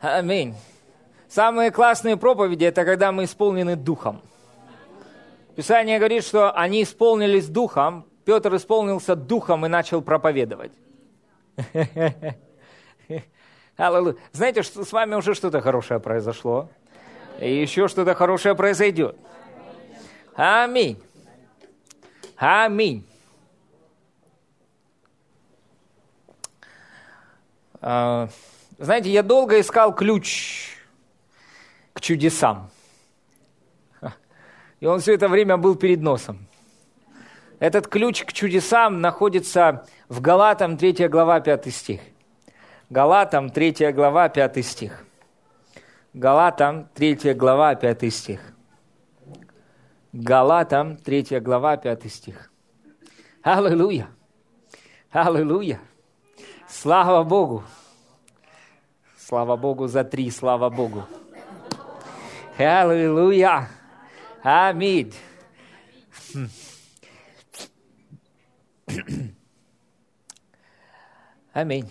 Аминь. Самые классные проповеди – это когда мы исполнены Духом. Писание говорит, что они исполнились Духом. Петр исполнился Духом и начал проповедовать. Аллилуйя. Знаете, что с вами уже что-то хорошее произошло. И еще что-то хорошее произойдет. Аминь. Аминь. Знаете, я долго искал ключ к чудесам. И он все это время был перед носом. Этот ключ к чудесам находится в Галатам 3 глава 5 стих. Галатам 3 глава 5 стих. Галатам 3 глава 5 стих. Галатам 3 глава 5 стих. Аллилуйя! Аллилуйя! Слава Богу! Слава Богу за 3, слава Богу! Аллилуйя! Аминь! Аминь.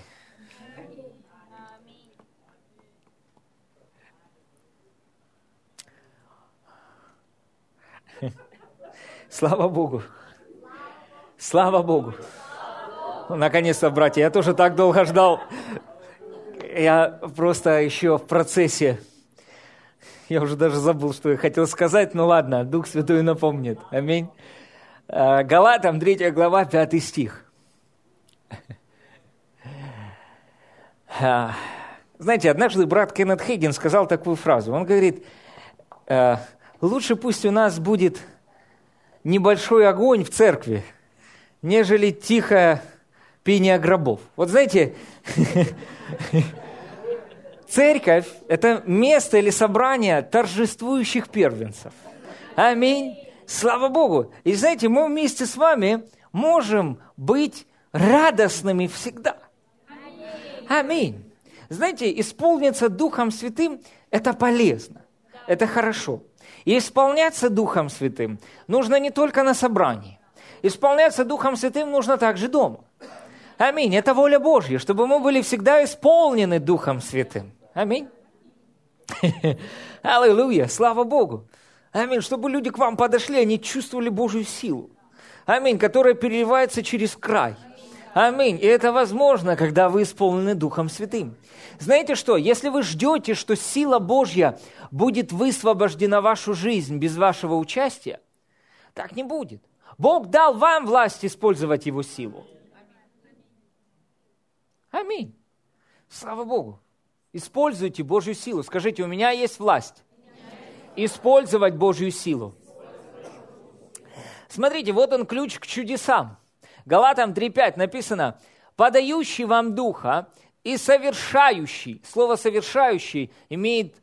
Слава Богу. Слава Богу. Наконец-то, братья, я тоже так долго ждал. Я просто еще в процессе. Я уже даже забыл, что я хотел сказать. Ну ладно, Дух Святой напомнит. Аминь. Галатам 3 глава 5 стих. Знаете, однажды брат Кеннет Хейген сказал такую фразу. Он говорит, лучше пусть у нас будет небольшой огонь в церкви, нежели тихое пение гробов. Вот знаете, церковь – это место или собрание торжествующих первенцев. Аминь. Слава Богу. И знаете, мы вместе с вами можем быть радостными всегда. Аминь. Знаете, исполниться Духом Святым – это полезно, это хорошо. И исполняться Духом Святым нужно не только на собрании. Исполняться Духом Святым нужно также дома. Аминь. Это воля Божья, чтобы мы были всегда исполнены Духом Святым. Аминь. Аллилуйя. Слава Богу. Аминь. Чтобы люди к вам подошли, они чувствовали Божью силу. Аминь. Которая переливается через край. Аминь. И это возможно, когда вы исполнены Духом Святым. Знаете что? Если вы ждете, что сила Божья будет высвобождена в вашу жизнь без вашего участия, так не будет. Бог дал вам власть использовать Его силу. Аминь. Слава Богу. Используйте Божью силу. Скажите, у меня есть власть использовать Божью силу. Смотрите, вот он ключ к чудесам. Галатам 3:5 написано, подающий вам Духа и совершающий. Слово «совершающий» имеет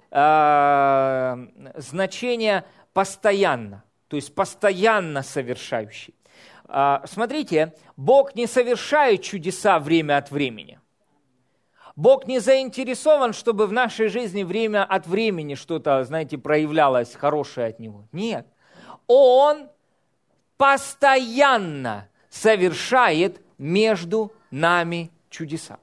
значение «постоянно», то есть «постоянно совершающий». Смотрите, Бог не совершает чудеса время от времени. Бог не заинтересован, чтобы в нашей жизни время от времени что-то, знаете, проявлялось хорошее от Него. Нет. Он постоянно совершает между нами чудеса.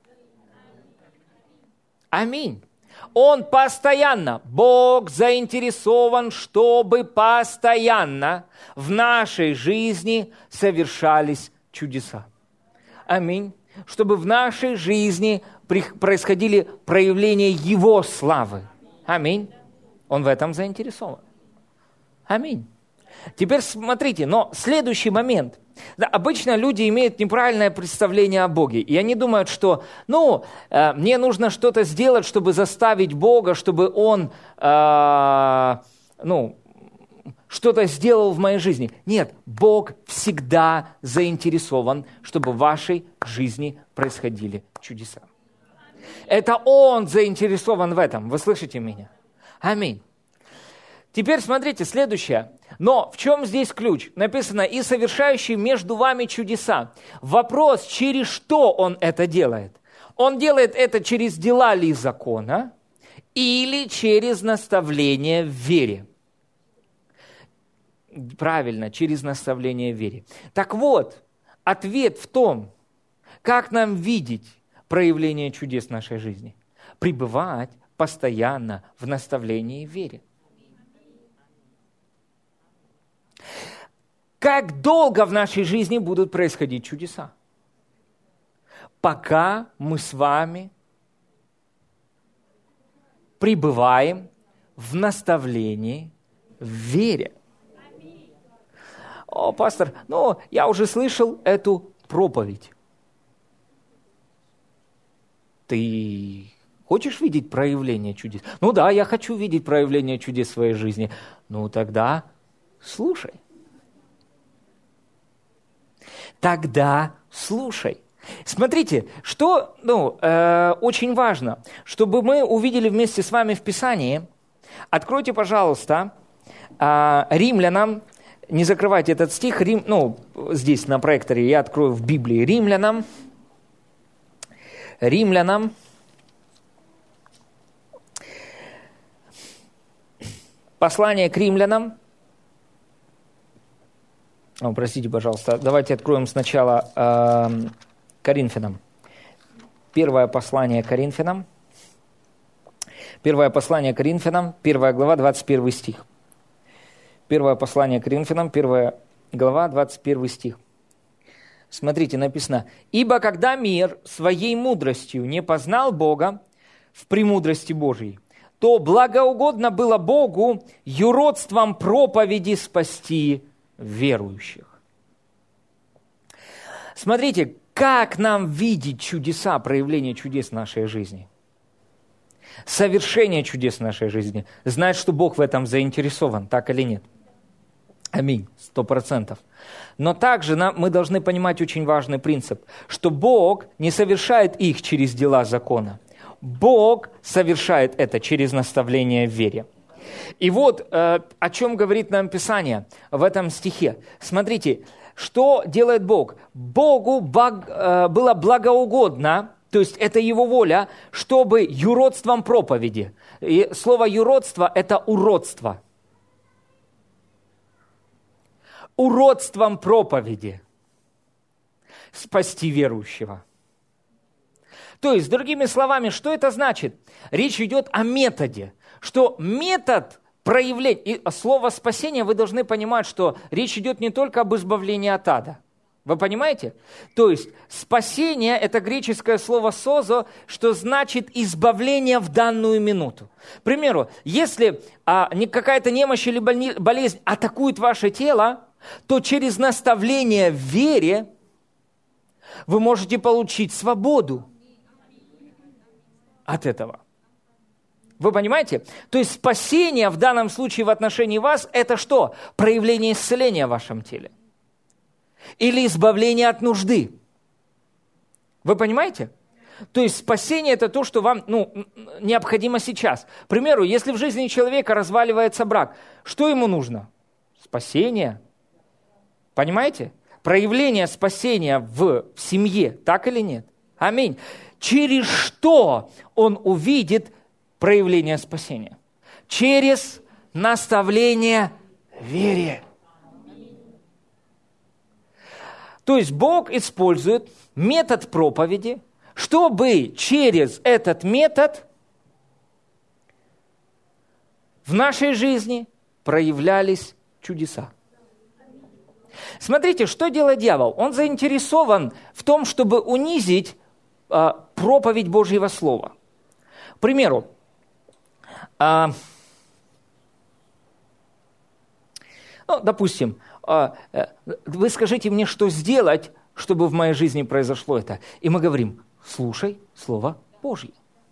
Аминь. Он постоянно, Бог заинтересован, чтобы постоянно в нашей жизни совершались чудеса. Аминь. Чтобы в нашей жизни происходили проявления Его славы. Аминь. Он в этом заинтересован. Аминь. Теперь смотрите, но следующий момент. Да, обычно люди имеют неправильное представление о Боге. И они думают, что, мне нужно что-то сделать, чтобы заставить Бога, чтобы Он, что-то сделал в моей жизни. Нет, Бог всегда заинтересован, чтобы в вашей жизни происходили чудеса. Это Он заинтересован в этом. Вы слышите меня? Аминь. Теперь смотрите, следующее. Но в чем здесь ключ? Написано, и совершающий между вами чудеса. Вопрос, через что Он это делает? Он делает это через дела ли закона или через наставление в вере? Правильно, через наставление в вере. Так вот, ответ в том, как нам видеть проявление чудес в нашей жизни. Пребывать постоянно в наставлении и вере. Как долго в нашей жизни будут происходить чудеса? Пока мы с вами пребываем в наставлении, в вере. О, пастор, я уже слышал эту проповедь. Ты хочешь видеть проявление чудес? Да, я хочу видеть проявление чудес в своей жизни. Тогда слушай. Смотрите, что очень важно, чтобы мы увидели вместе с вами в Писании. Откройте, пожалуйста, Римлянам, не закрывайте этот стих, здесь на проекторе я открою в Библии Римлянам, послание к римлянам. Простите, пожалуйста, давайте откроем сначала Коринфянам. Первое послание Коринфянам, 1 глава, 21 стих. Первое послание Коринфянам, 1 глава, 21 стих. Смотрите, написано: «Ибо когда мир своей мудростью не познал Бога в премудрости Божией, то благоугодно было Богу юродством проповеди спасти верующих». Смотрите, как нам видеть чудеса, проявление чудес в нашей жизни? Совершение чудес в нашей жизни. Знать, что Бог в этом заинтересован, так или нет? Аминь, 100%. Но также мы должны понимать очень важный принцип, что Бог не совершает их через дела закона. Бог совершает это через наставление в вере. И вот о чем говорит нам Писание в этом стихе. Смотрите, что делает Бог? Богу было благоугодно, то есть это Его воля, чтобы юродством проповеди. И слово «юродство» – это уродство. Уродством проповеди спасти верующего. То есть, другими словами, что это значит? Речь идет о методе, что метод проявления, и слово «спасение» вы должны понимать, что речь идет не только об избавлении от ада. Вы понимаете? То есть, спасение – это греческое слово «созо», что значит избавление в данную минуту. К примеру, если какая-то немощь или болезнь атакует ваше тело, то через наставление в вере вы можете получить свободу от этого. Вы понимаете? То есть спасение в данном случае в отношении вас – это что? Проявление исцеления в вашем теле. Или избавление от нужды. Вы понимаете? То есть спасение – это то, что вам необходимо сейчас. К примеру, если в жизни человека разваливается брак, что ему нужно? Спасение. Понимаете? Проявление спасения в семье, так или нет? Аминь. Через что он увидит проявление спасения? Через наставление в вере. То есть Бог использует метод проповеди, чтобы через этот метод в нашей жизни проявлялись чудеса. Смотрите, что делает дьявол? Он заинтересован в том, чтобы унизить проповедь Божьего Слова. К примеру, допустим, вы скажите мне, что сделать, чтобы в моей жизни произошло это. И мы говорим: слушай Слово Божье.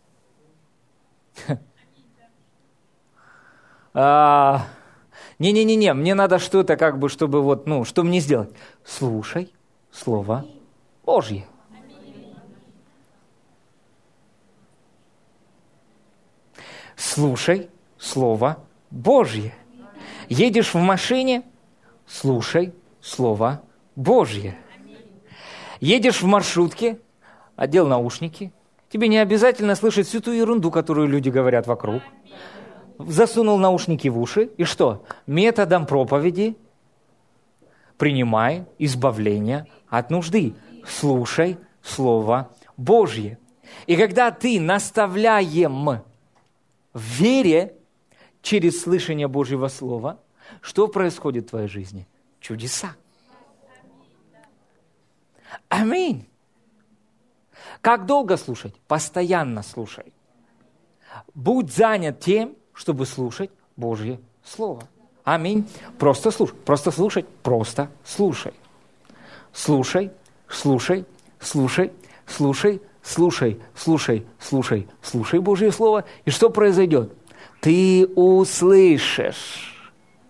Не-не-не, мне надо что-то чтобы что мне сделать? Слушай Слово Божье. Слушай Слово Божье. Едешь в машине, слушай Слово Божье. Едешь в маршрутке, одел наушники. Тебе не обязательно слышать всю ту ерунду, которую люди говорят вокруг. Засунул наушники в уши, и что? Методом проповеди принимай избавление от нужды. Слушай Слово Божье. И когда ты наставляем в вере, через слышание Божьего Слова, что происходит в твоей жизни? Чудеса. Аминь. Как долго слушать? Постоянно слушай. Будь занят тем, чтобы слушать Божье Слово. Аминь. Просто слушай, просто слушать, просто слушай. Слушай, слушай, слушай, слушай, слушай, слушай, слушай, слушай Божье Слово. И что произойдет? Ты услышишь.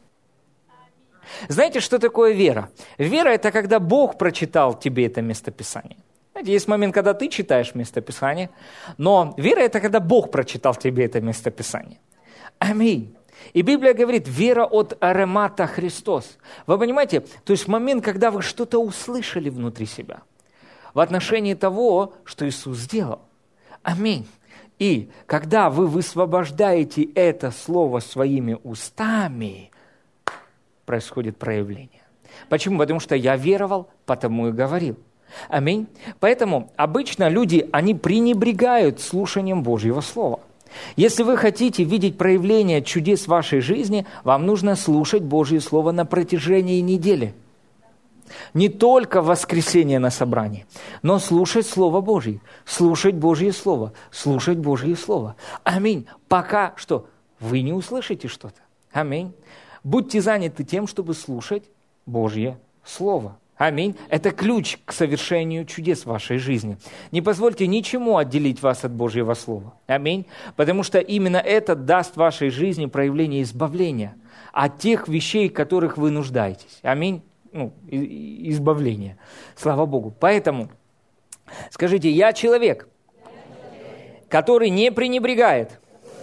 Знаете, что такое вера? Вера – это когда Бог прочитал тебе это местописание. Знаете, есть момент, когда ты читаешь местописание, но вера – это когда Бог прочитал тебе это местописание. Аминь. И Библия говорит, вера от аремата Христос. Вы понимаете, то есть момент, когда вы что-то услышали внутри себя в отношении того, что Иисус сделал. Аминь. И когда вы высвобождаете это слово своими устами, происходит проявление. Почему? Потому что я веровал, потому и говорил. Аминь. Поэтому обычно люди, они пренебрегают слушанием Божьего Слова. Если вы хотите видеть проявление чудес в вашей жизни, вам нужно слушать Божье Слово на протяжении недели. Не только в воскресенье на собрании, но слушать Слово Божье, слушать Божье Слово, слушать Божье Слово. Аминь. Пока что вы не услышите что-то. Аминь. Будьте заняты тем, чтобы слушать Божье Слово. Аминь. Это ключ к совершению чудес в вашей жизни. Не позвольте ничему отделить вас от Божьего Слова. Аминь. Потому что именно это даст вашей жизни проявление избавления от тех вещей, в которых вы нуждаетесь. Аминь. Избавление. Слава Богу. Поэтому скажите, я человек, который не пренебрегает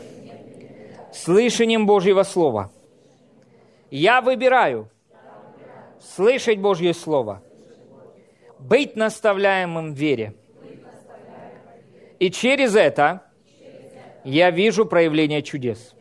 слышанием Божьего Слова. Я выбираю слышать Божье Слово, быть наставляемым в вере. И через это я вижу проявление чудес.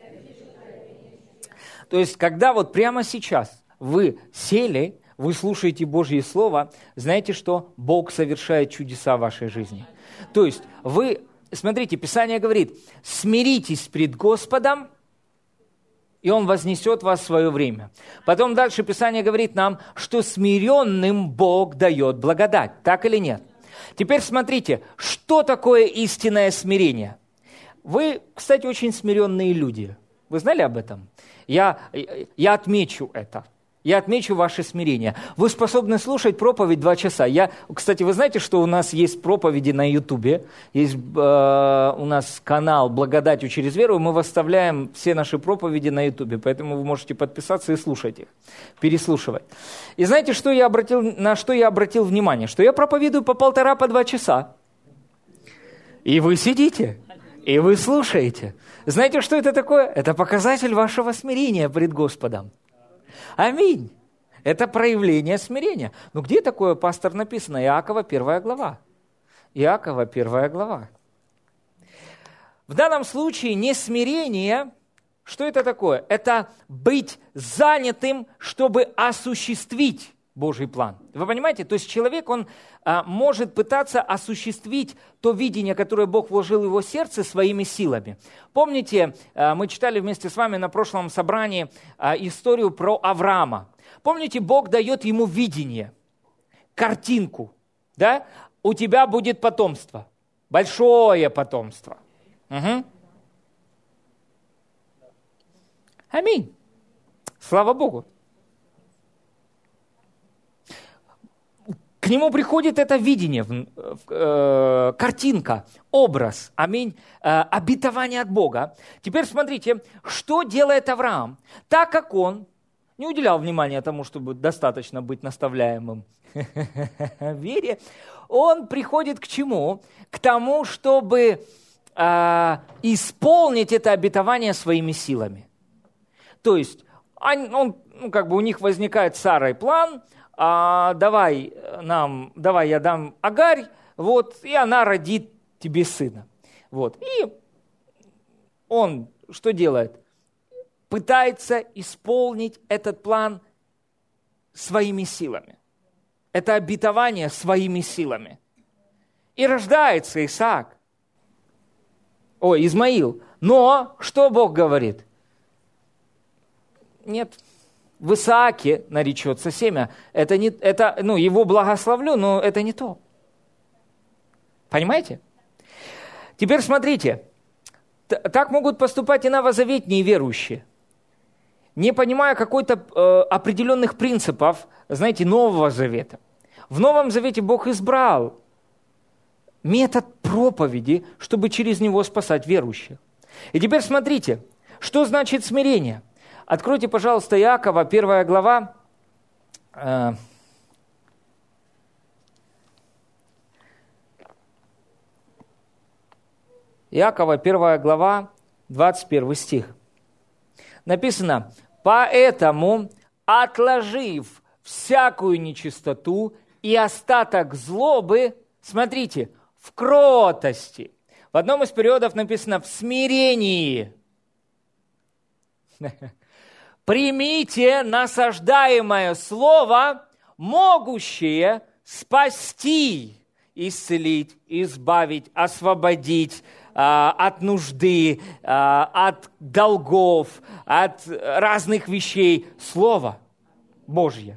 То есть, когда вот прямо сейчас вы сели, вы слушаете Божье Слово, знаете что? Бог совершает чудеса в вашей жизни. То есть, вы, смотрите, Писание говорит, смиритесь пред Господом, и Он вознесет вас в свое время. Потом дальше Писание говорит нам, что смиренным Бог дает благодать. Так или нет? Теперь смотрите, что такое истинное смирение? Вы, кстати, очень смиренные люди. Вы знали об этом? Я отмечу это. Я отмечу ваше смирение. Вы способны слушать проповедь 2 часа. Кстати, вы знаете, что у нас есть проповеди на Ютубе? Есть у нас канал «Благодатью через веру». Мы выставляем все наши проповеди на Ютубе. Поэтому вы можете подписаться и слушать их, переслушивать. И знаете, на что я обратил внимание? Что я проповедую по 1,5-2 часа. И вы сидите, и вы слушаете. Знаете, что это такое? Это показатель вашего смирения пред Господом. Аминь. Это проявление смирения. Ну, где такое, пастор, написано? Иакова, 1 глава. Иакова, 1 глава. В данном случае не смирение. Что это такое? Это быть занятым, чтобы осуществить Божий план. Вы понимаете? То есть человек, он может пытаться осуществить то видение, которое Бог вложил в его сердце своими силами. Помните, мы читали вместе с вами на прошлом собрании историю про Авраама. Помните, Бог дает ему видение, картинку. Да? У тебя будет потомство, большое потомство. Угу. Аминь. Слава Богу. К нему приходит это видение, картинка, образ, аминь, обетование от Бога. Теперь смотрите, что делает Авраам. Так как он не уделял внимания тому, чтобы достаточно быть наставляемым в вере, он приходит к чему? К тому, чтобы исполнить это обетование своими силами. То есть у них возникает с Сарой план, давай я дам Агарь, и она родит тебе сына. И он что делает? Пытается исполнить этот план своими силами. Это обетование своими силами. И рождается Измаил. Но что Бог говорит? Нет, в Исааке наречется семя. Его благословлю, но это не то. Понимаете? Теперь смотрите. Так могут поступать и новозаветные верующие, не понимая какой-то определенных принципов, знаете, Нового Завета. В Новом Завете Бог избрал метод проповеди, чтобы через него спасать верующих. И теперь смотрите, что значит смирение. Откройте, пожалуйста, Иакова, 1 глава. Иакова, 1 глава, 21 стих. Написано: «Поэтому, отложив всякую нечистоту и остаток злобы, смотрите, в кротости». В одном из периодов написано «в смирении». «Примите насаждаемое слово, могущее спасти, исцелить, избавить, освободить от нужды, от долгов, от разных вещей. Слово Божье».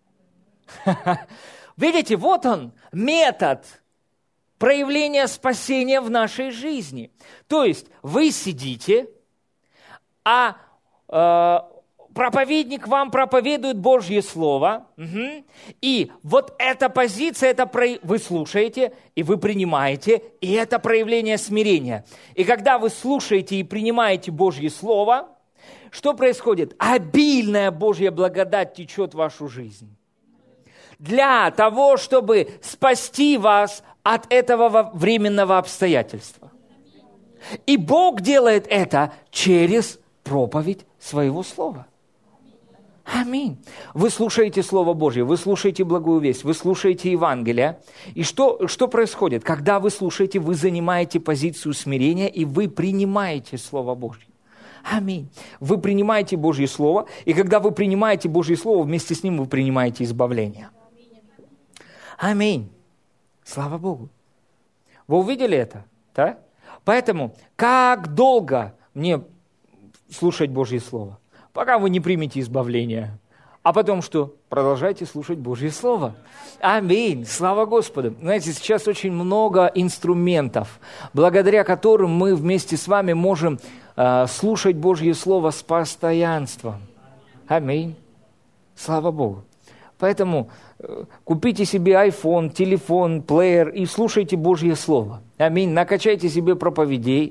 Видите, вот он, метод проявления спасения в нашей жизни. То есть вы сидите, а проповедник вам проповедует Божье Слово, и вот эта позиция, вы слушаете, и вы принимаете, и это проявление смирения. И когда вы слушаете и принимаете Божье Слово, что происходит? Обильная Божья благодать течет в вашу жизнь. Для того, чтобы спасти вас от этого временного обстоятельства. И Бог делает это через проповедь своего Слова. Аминь. Вы слушаете Слово Божье, вы слушаете благую весть, вы слушаете Евангелие. И что происходит? Когда вы слушаете, вы занимаете позицию смирения, и вы принимаете Слово Божье. Аминь. Вы принимаете Божье Слово, и когда вы принимаете Божье Слово, вместе с ним вы принимаете избавление. Аминь. Слава Богу. Вы увидели это? Да? Поэтому, как долго мне слушать Божье Слово? Пока вы не примете избавление. А потом что? Продолжайте слушать Божье Слово. Аминь. Слава Господу. Знаете, сейчас очень много инструментов, благодаря которым мы вместе с вами можем слушать Божье Слово с постоянством. Аминь. Слава Богу. Поэтому купите себе iPhone, телефон, плеер и слушайте Божье Слово. Аминь. Накачайте себе проповедей.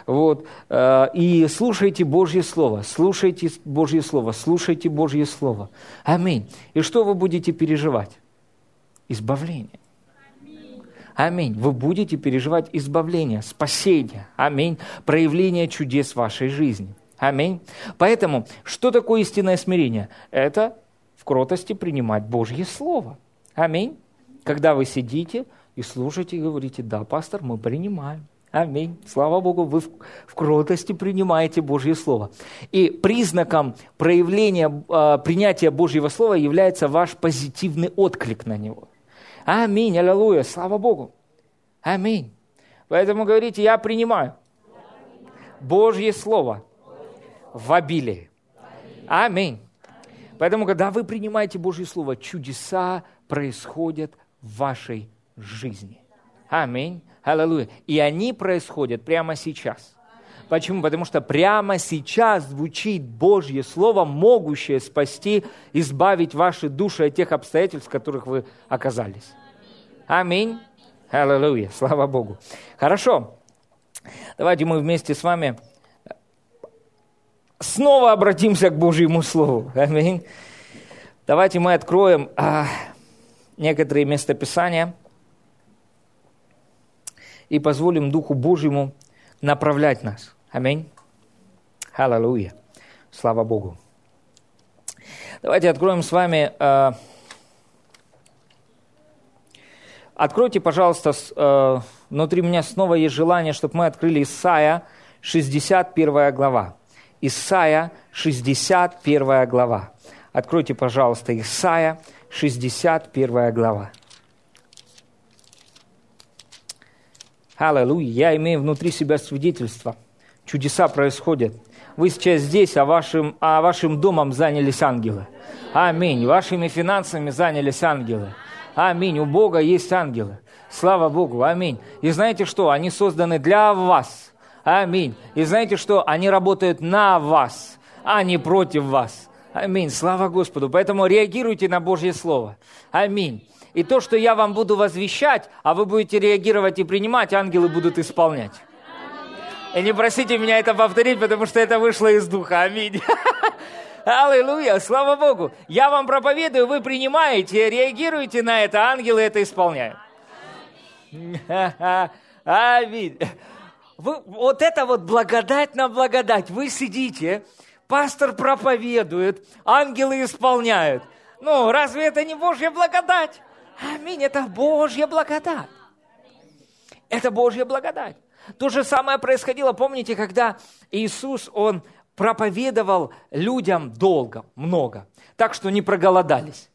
И слушайте Божье Слово. Слушайте Божье Слово. Слушайте Божье Слово. Аминь. И что вы будете переживать? Избавление. Аминь. Вы будете переживать избавление, спасение. Аминь. Проявление чудес в вашей жизни. Аминь. Поэтому, что такое истинное смирение? Это в кротости принимать Божье Слово. Аминь. Когда вы сидите и слушаете, и говорите: да, пастор, мы принимаем. Аминь. Слава Богу, вы в кротости принимаете Божье Слово. И признаком проявления, принятия Божьего Слова является ваш позитивный отклик на него. Аминь. Аллилуйя. Слава Богу. Аминь. Поэтому говорите: я принимаю Божье Слово в обилии. Аминь. Поэтому, когда вы принимаете Божье Слово, чудеса происходят в вашей жизни. Аминь. Аллилуйя. И они происходят прямо сейчас. Почему? Потому что прямо сейчас звучит Божье Слово, могущее спасти, избавить ваши души от тех обстоятельств, в которых вы оказались. Аминь. Аллилуйя. Слава Богу. Хорошо. Давайте мы вместе с вами снова обратимся к Божьему Слову. Аминь. Давайте мы откроем некоторые местописания и позволим Духу Божьему направлять нас. Аминь. Аллилуйя. Слава Богу. Давайте откроем с вами... Откройте, пожалуйста, внутри меня снова есть желание, чтобы мы открыли Исайя, 61 глава. Исайя, 61 глава. Откройте, пожалуйста, Исайя, 61 глава. Аллилуйя. Я имею внутри себя свидетельство, Чудеса происходят. Вы сейчас здесь, а вашим домом занялись ангелы. Аминь. Вашими финансами занялись ангелы. Аминь. У Бога есть ангелы. Слава Богу. Аминь. И знаете что? Они созданы для вас. Аминь. И знаете что? Они работают на вас, а не против вас. Аминь. Слава Господу. Поэтому реагируйте на Божье Слово. Аминь. И то, что я вам буду возвещать, а вы будете реагировать и принимать, ангелы будут исполнять. И не просите меня это повторить, потому что это вышло из духа. Аминь. Аллилуйя, слава Богу. Я вам проповедую, вы принимаете, реагируете на это, ангелы это исполняют. Аминь. Вот это вот благодать на благодать. Вы сидите, пастор проповедует, ангелы исполняют. Ну, разве это не Божья благодать? Аминь, это Божья благодать. Это Божья благодать. То же самое происходило, помните, когда Иисус, Он проповедовал людям долго, много, так что не проголодались.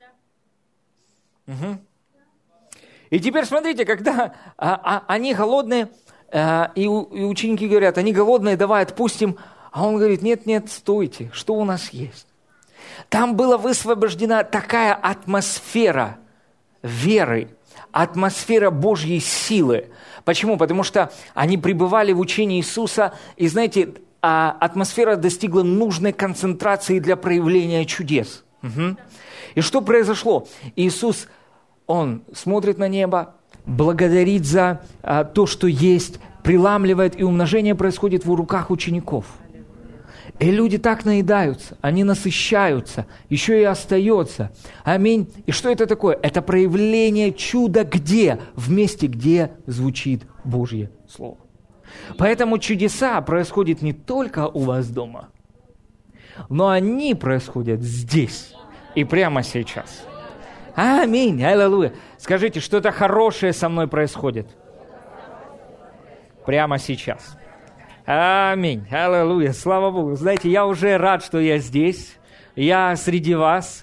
Угу. И теперь смотрите, когда они голодные, и ученики говорят, они голодные, давай отпустим, а Он говорит, нет, стойте, что у нас есть? Там была высвобождена такая атмосфера веры, атмосфера Божьей силы. Почему? Потому что они пребывали в учении Иисуса, и, знаете, атмосфера достигла нужной концентрации для проявления чудес. Угу. И что произошло? Иисус, Он смотрит на небо, благодарит за то, что есть, приламливает, и умножение происходит в руках учеников. И люди так наедаются, они насыщаются, еще и остается. Аминь. И что это такое? Это проявление чуда где? В месте, где звучит Божье Слово. Поэтому чудеса происходят не только у вас дома, но они происходят здесь и прямо сейчас. Аминь. Аллилуйя. Скажите, что-то хорошее со мной происходит прямо сейчас. Аминь. Аллилуйя. Слава Богу. Знаете, я уже рад, что я здесь. Я среди вас.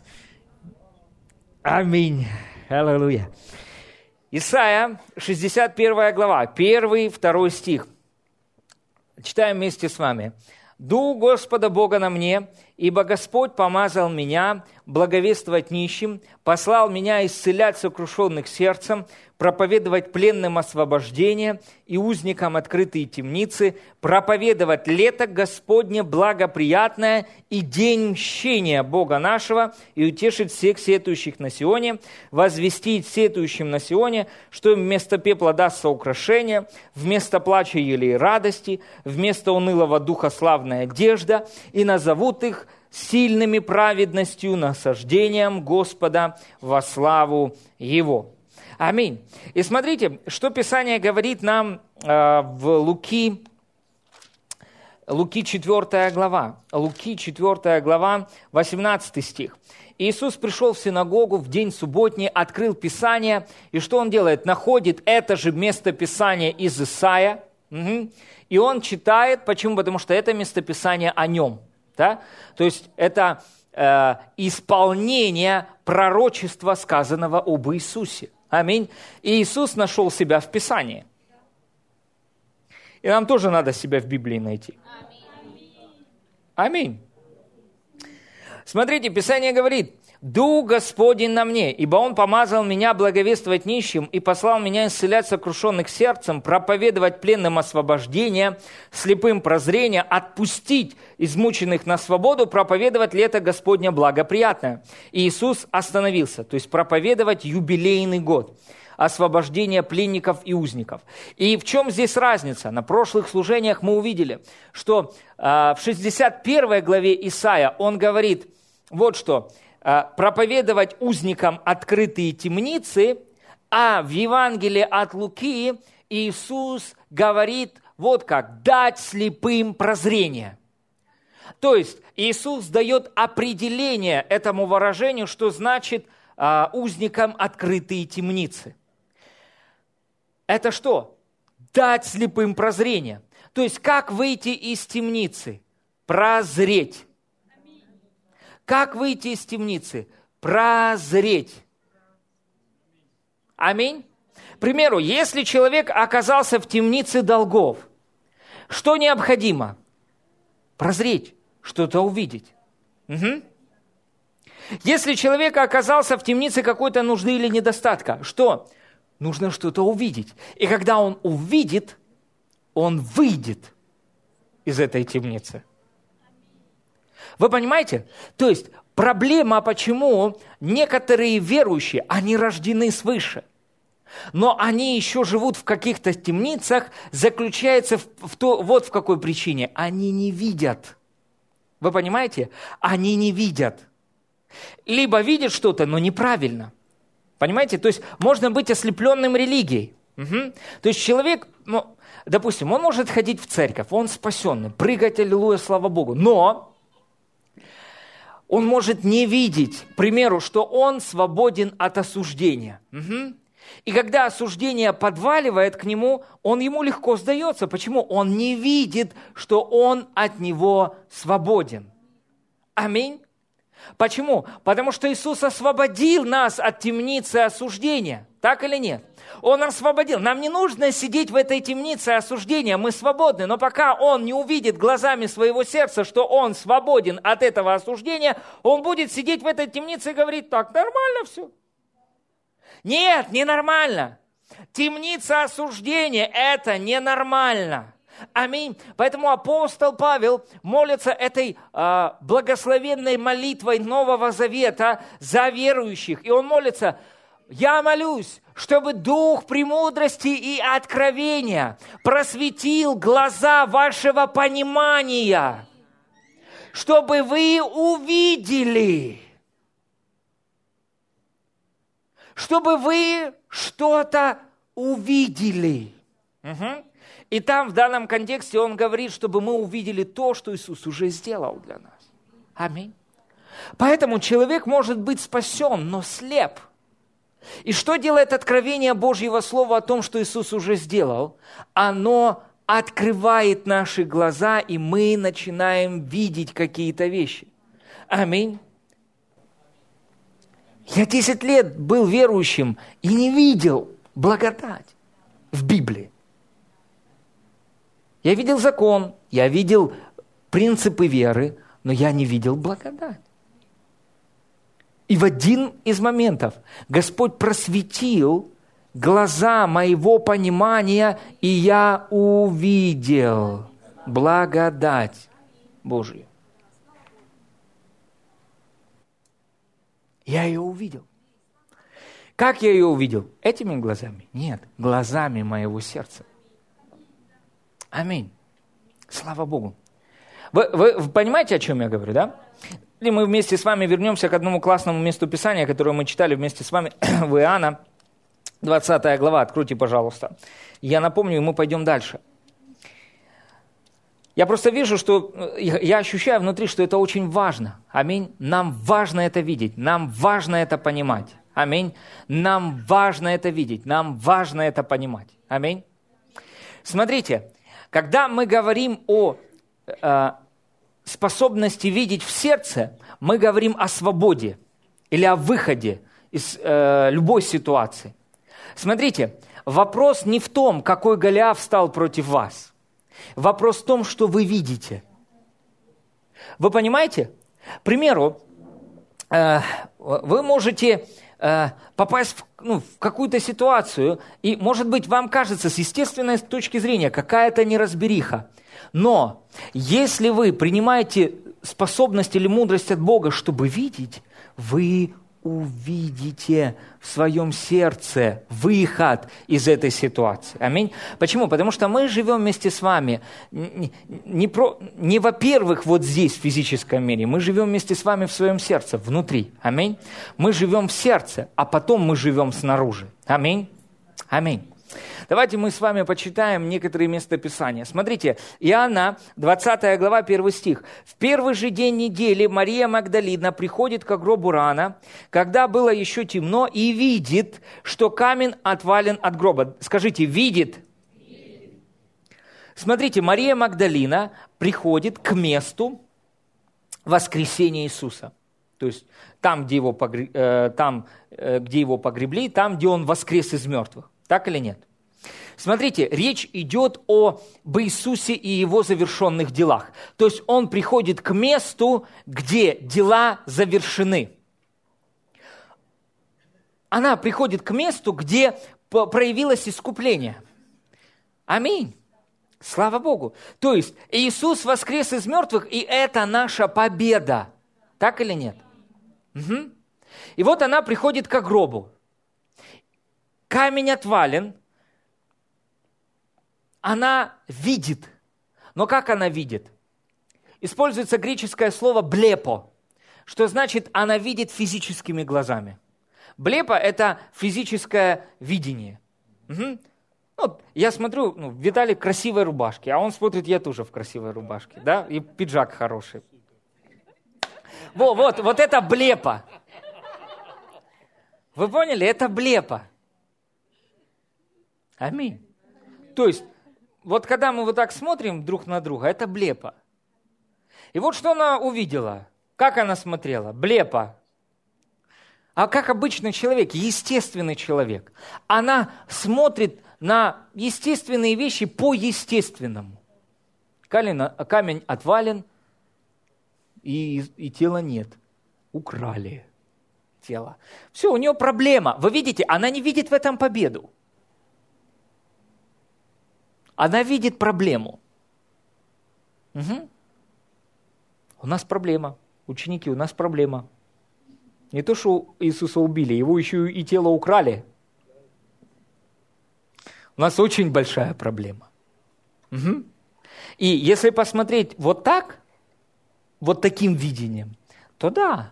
Аминь. Аллилуйя. Исайя, 61 глава, 1-2 стих. Читаем вместе с вами. «Дух Господа Бога на мне, ибо Господь помазал меня благовествовать нищим, послал меня исцелять сокрушенных сердцем, проповедовать пленным освобождение и узникам открытые темницы, проповедовать лето Господне благоприятное и день мщения Бога нашего, и утешить всех сетующих на Сионе, возвестить сетующим на Сионе, что им вместо пепла дастся украшение, вместо плача елей радости, вместо унылого духа славная одежда, и назовут их сильными праведностью, насаждением Господа во славу Его». Аминь. И смотрите, что Писание говорит нам в Луки 4 глава. Луки 4 глава, 18 стих. Иисус пришел в синагогу в день субботний, открыл Писание, и что Он делает? Находит это же местописание из Исаия, и Он читает. Почему? Потому что это местописание о Нем. Да? То есть это исполнение пророчества, сказанного об Иисусе. Аминь. И Иисус нашел себя в Писании. И нам тоже надо себя в Библии найти. Аминь. Смотрите, Писание говорит, «Дух Господень на мне, ибо Он помазал меня благовествовать нищим и послал меня исцелять сокрушенных сердцем, проповедовать пленным освобождение, слепым прозрение, отпустить измученных на свободу, проповедовать лето Господне благоприятное». И Иисус остановился, то есть проповедовать юбилейный год, освобождение пленников и узников. И в чем здесь разница? На прошлых служениях мы увидели, что в 61 главе Исаия он говорит вот что: проповедовать узникам открытые темницы, а в Евангелии от Луки Иисус говорит вот как: дать слепым прозрение. То есть Иисус дает определение этому выражению, что значит узникам открытые темницы. Это что? Дать слепым прозрение. То есть как выйти из темницы? Прозреть. Как выйти из темницы? Прозреть. Аминь. К примеру, если человек оказался в темнице долгов, Что необходимо? Прозреть, что-то увидеть. Угу. Если человек оказался в темнице какой-то нужды или недостатка, что? Нужно что-то увидеть. И когда он увидит, он выйдет из этой темницы. Вы понимаете? То есть проблема, почему некоторые верующие, они рождены свыше, но они еще живут в каких-то темницах, заключается вот в какой причине. Они не видят. Вы понимаете? Они не видят. Либо видят что-то, но неправильно. Понимаете? То есть можно быть ослепленным религией. Угу. То есть человек, допустим, он может ходить в церковь, он спасенный, прыгать, аллилуйя, слава Богу, но он может не видеть, к примеру, что он свободен от осуждения. Угу. И когда осуждение подваливает к нему, он ему легко сдается. Почему? Он не видит, что он от него свободен. Аминь. Почему? Потому что Иисус освободил нас от темницы осуждения. Так или нет? Он освободил. Нам не нужно сидеть в этой темнице осуждения. Мы свободны. Но пока он не увидит глазами своего сердца, что он свободен от этого осуждения, он будет сидеть в этой темнице и говорить: так, нормально все. Нет, ненормально. Темница осуждения – это ненормально. Аминь. Поэтому апостол Павел молится этой благословенной молитвой Нового Завета за верующих. И он молится: я молюсь, чтобы Дух премудрости и откровения просветил глаза вашего понимания, чтобы вы увидели, чтобы вы что-то увидели. Угу. И там в данном контексте он говорит, чтобы мы увидели то, что Иисус уже сделал для нас. Аминь. Поэтому человек может быть спасен, но слеп. И что делает откровение Божьего Слова о том, что Иисус уже сделал? Оно открывает наши глаза, и мы начинаем видеть какие-то вещи. Аминь. Я 10 лет был верующим и не видел благодать в Библии. Я видел закон, я видел принципы веры, но я не видел благодать. И в один из моментов Господь просветил глаза моего понимания, и я увидел благодать Божию. Я ее увидел. Как я ее увидел? Этими глазами? Нет, глазами моего сердца. Аминь. Слава Богу. Вы понимаете, о чем я говорю, да? И мы вместе с вами вернемся к одному классному месту Писания, которое мы читали вместе с вами в Иоанна, 20 глава. Откройте, пожалуйста. Я напомню, и мы пойдем дальше. Я просто вижу, что я ощущаю внутри, что это очень важно. Аминь. Нам важно это видеть, нам важно это понимать. Аминь. Нам важно это видеть, нам важно это понимать. Аминь. Смотрите, когда мы говорим о способности видеть в сердце, мы говорим о свободе или о выходе из любой ситуации. Смотрите, вопрос не в том, какой Голиаф встал против вас. Вопрос в том, что вы видите. Вы понимаете? К примеру, вы можете попасть в какую-то ситуацию, и, может быть, вам кажется с естественной точки зрения какая-то неразбериха. Но если вы принимаете способность или мудрость от Бога, чтобы видеть, вы увидите в своем сердце выход из этой ситуации. Аминь. Почему? Потому что мы живем вместе с вами не во-первых, вот здесь, в физическом мире, мы живем вместе с вами в своем сердце, внутри. Аминь. Мы живем в сердце, а потом мы живем снаружи. Аминь. Аминь. Давайте мы с вами почитаем некоторые местописания. Смотрите, Иоанна, 20 глава, 1 стих. «В первый же день недели Мария Магдалина приходит к гробу рано, когда было еще темно, и видит, что камень отвален от гроба». Скажите, видит? Смотрите, Мария Магдалина приходит к месту воскресения Иисуса. То есть там, где его погребли, там, где он воскрес из мертвых. Так или нет? Смотрите, речь идет об Иисусе и Его завершенных делах. То есть Он приходит к месту, где дела завершены. Она приходит к месту, где проявилось искупление. Аминь. Слава Богу. То есть Иисус воскрес из мертвых, и это наша победа. Так или нет? Угу. И вот она приходит к гробу. Камень отвален. Она видит. Но как она видит? Используется греческое слово «блепо», что значит, она видит физическими глазами. Блепо – это физическое видение. Угу. Ну, я смотрю, Виталий в красивой рубашке, а он смотрит, я тоже в красивой рубашке, да, и пиджак хороший. Вот это блепо. Вы поняли? Это блепо. Аминь. То есть, вот когда мы вот так смотрим друг на друга, это блепо. И вот что она увидела. Как она смотрела? Блепо. А как обычный человек, естественный человек, она смотрит на естественные вещи по-естественному. Камень отвален, и тела нет. Украли тело. Все, у нее проблема. Вы видите, она не видит в этом победу. Она видит проблему. Угу. У нас проблема. Ученики, у нас проблема. Не то, что Иисуса убили, его еще и тело украли. У нас очень большая проблема. Угу. И если посмотреть вот так, вот таким видением, то да.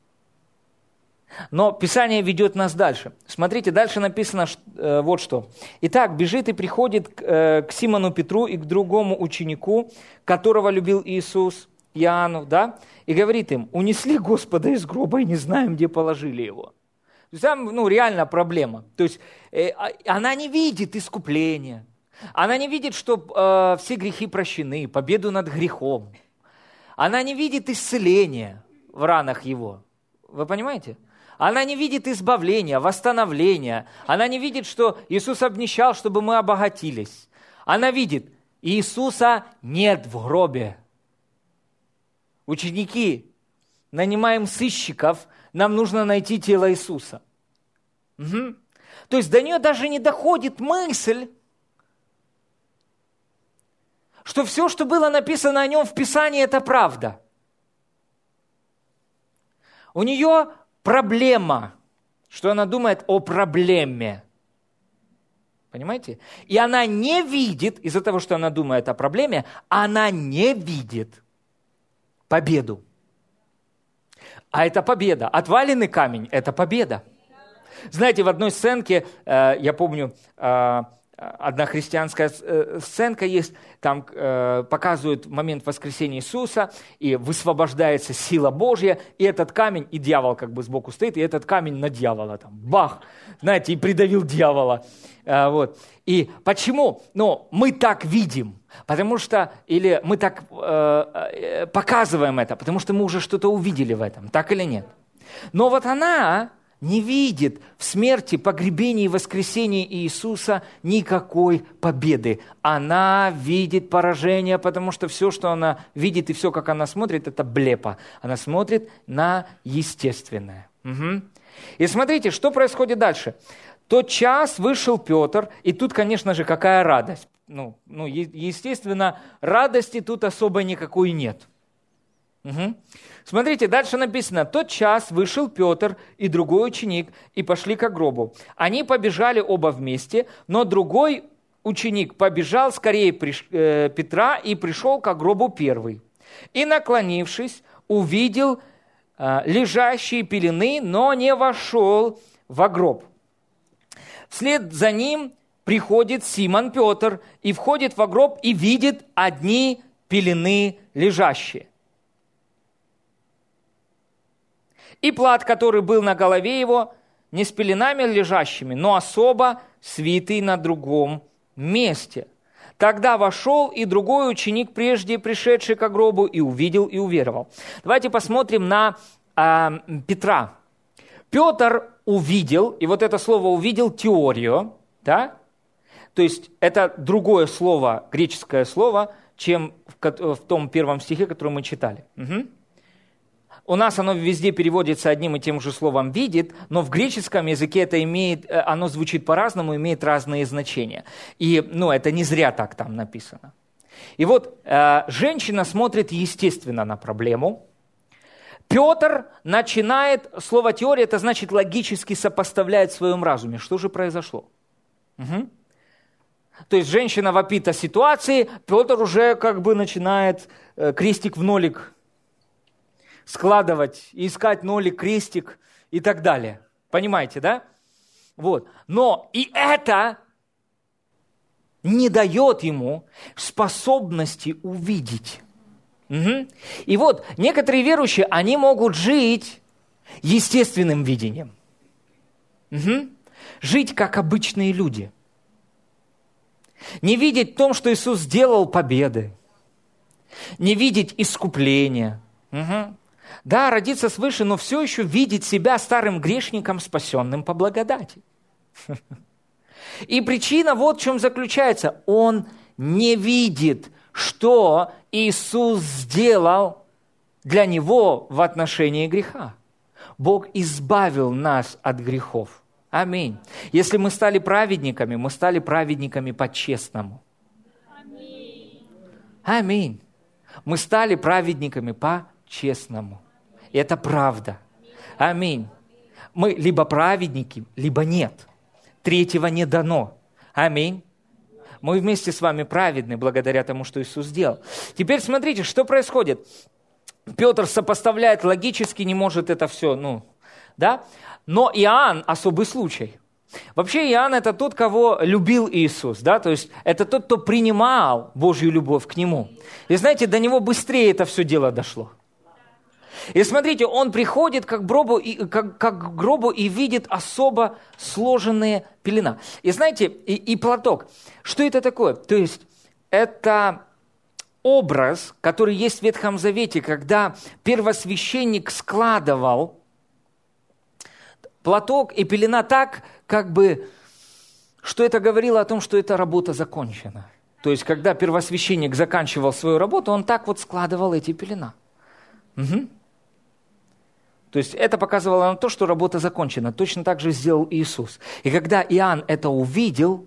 Но Писание ведет нас дальше. Смотрите, дальше написано вот что. Итак, бежит и приходит к Симону Петру и к другому ученику, которого любил Иисус, Иоанну, да, и говорит им: унесли Господа из гроба и не знаем, где положили его. То есть там, реально проблема. То есть она не видит искупления, она не видит, что все грехи прощены, победу над грехом. Она не видит исцеления в ранах его. Вы понимаете? Она не видит избавления, восстановления. Она не видит, что Иисус обнищал, чтобы мы обогатились. Она видит, Иисуса нет в гробе. Ученики, нанимаем сыщиков, нам нужно найти тело Иисуса. Угу. То есть до нее даже не доходит мысль, что все, что было написано о нем в Писании, это правда. У нее проблема, что она думает о проблеме. Понимаете? И она не видит, из-за того, что она думает о проблеме, она не видит победу. А это победа. Отваленный камень – это победа. Знаете, в одной сценке, я помню, одна христианская сценка есть, там показывают момент воскресения Иисуса, и высвобождается сила Божья, и этот камень, и дьявол как бы сбоку стоит, и этот камень на дьявола там, бах, знаете, и придавил дьявола. Вот. И почему? Мы так видим, потому что, или мы так показываем это, потому что мы уже что-то увидели в этом, так или нет? Но вот она не видит в смерти, погребении и воскресении Иисуса никакой победы. Она видит поражение, потому что все, что она видит, и все, как она смотрит, это блепо. Она смотрит на естественное. Угу. И смотрите, что происходит дальше. Тот час вышел Петр, и тут, конечно же, какая радость. Естественно, радости тут особо никакой нет. Угу. Смотрите, дальше написано: тот час вышел Петр и другой ученик, и пошли к гробу. Они побежали оба вместе, но другой ученик побежал скорее Петра и пришел к гробу первый. И, наклонившись, увидел лежащие пелены, но не вошел в гроб. Вслед за ним приходит Симон Петр и входит в гроб и видит одни пелены лежащие. И плат, который был на голове его, не с пеленами лежащими, но особо свитый на другом месте. Тогда вошел и другой ученик, прежде пришедший к гробу, и увидел, и уверовал. Давайте посмотрим на Петра. Петр увидел, и вот это слово «увидел» – теорию, да? То есть это другое слово, греческое слово, чем в том первом стихе, который мы читали. Угу. У нас оно везде переводится одним и тем же словом «видит», но в греческом языке оно звучит по-разному, имеет разные значения. И это не зря так там написано. И вот женщина смотрит естественно на проблему. Петр начинает, слово «теория» это значит логически сопоставляет в своем разуме. Что же произошло? Угу. То есть женщина вопит о ситуации, Петр уже начинает крестик в нолик складывать, искать нолик, крестик и так далее. Понимаете, да? Вот. Но и это не дает ему способности увидеть. Угу. И вот некоторые верующие, они могут жить естественным видением. Угу. Жить как обычные люди. Не видеть в том, что Иисус сделал победы. Не видеть искупления. Угу. Да, родиться свыше, но все еще видеть себя старым грешником, спасенным по благодати. И причина вот в чем заключается. Он не видит, что Иисус сделал для него в отношении греха. Бог избавил нас от грехов. Аминь. Если мы стали праведниками, мы стали праведниками по-честному. Аминь. Мы стали праведниками по-честному. И это правда. Аминь. Мы либо праведники, либо нет. Третьего не дано. Аминь. Мы вместе с вами праведны благодаря тому, что Иисус сделал. Теперь смотрите, что происходит. Петр сопоставляет логически, не может это все, да? Но Иоанн особый случай. Вообще Иоанн это тот, кого любил Иисус, да? То есть это тот, кто принимал Божью любовь к Нему. И знаете, до него быстрее это все дело дошло. И смотрите, он приходит как к гробу и видит особо сложенные пелена. И знаете, и платок. Что это такое? То есть это образ, который есть в Ветхом Завете, когда первосвященник складывал платок и пелена так, что это говорило о том, что эта работа закончена. То есть когда первосвященник заканчивал свою работу, он так вот складывал эти пелена. Угу. То есть это показывало на то, что работа закончена. Точно так же сделал Иисус. И когда Иоанн это увидел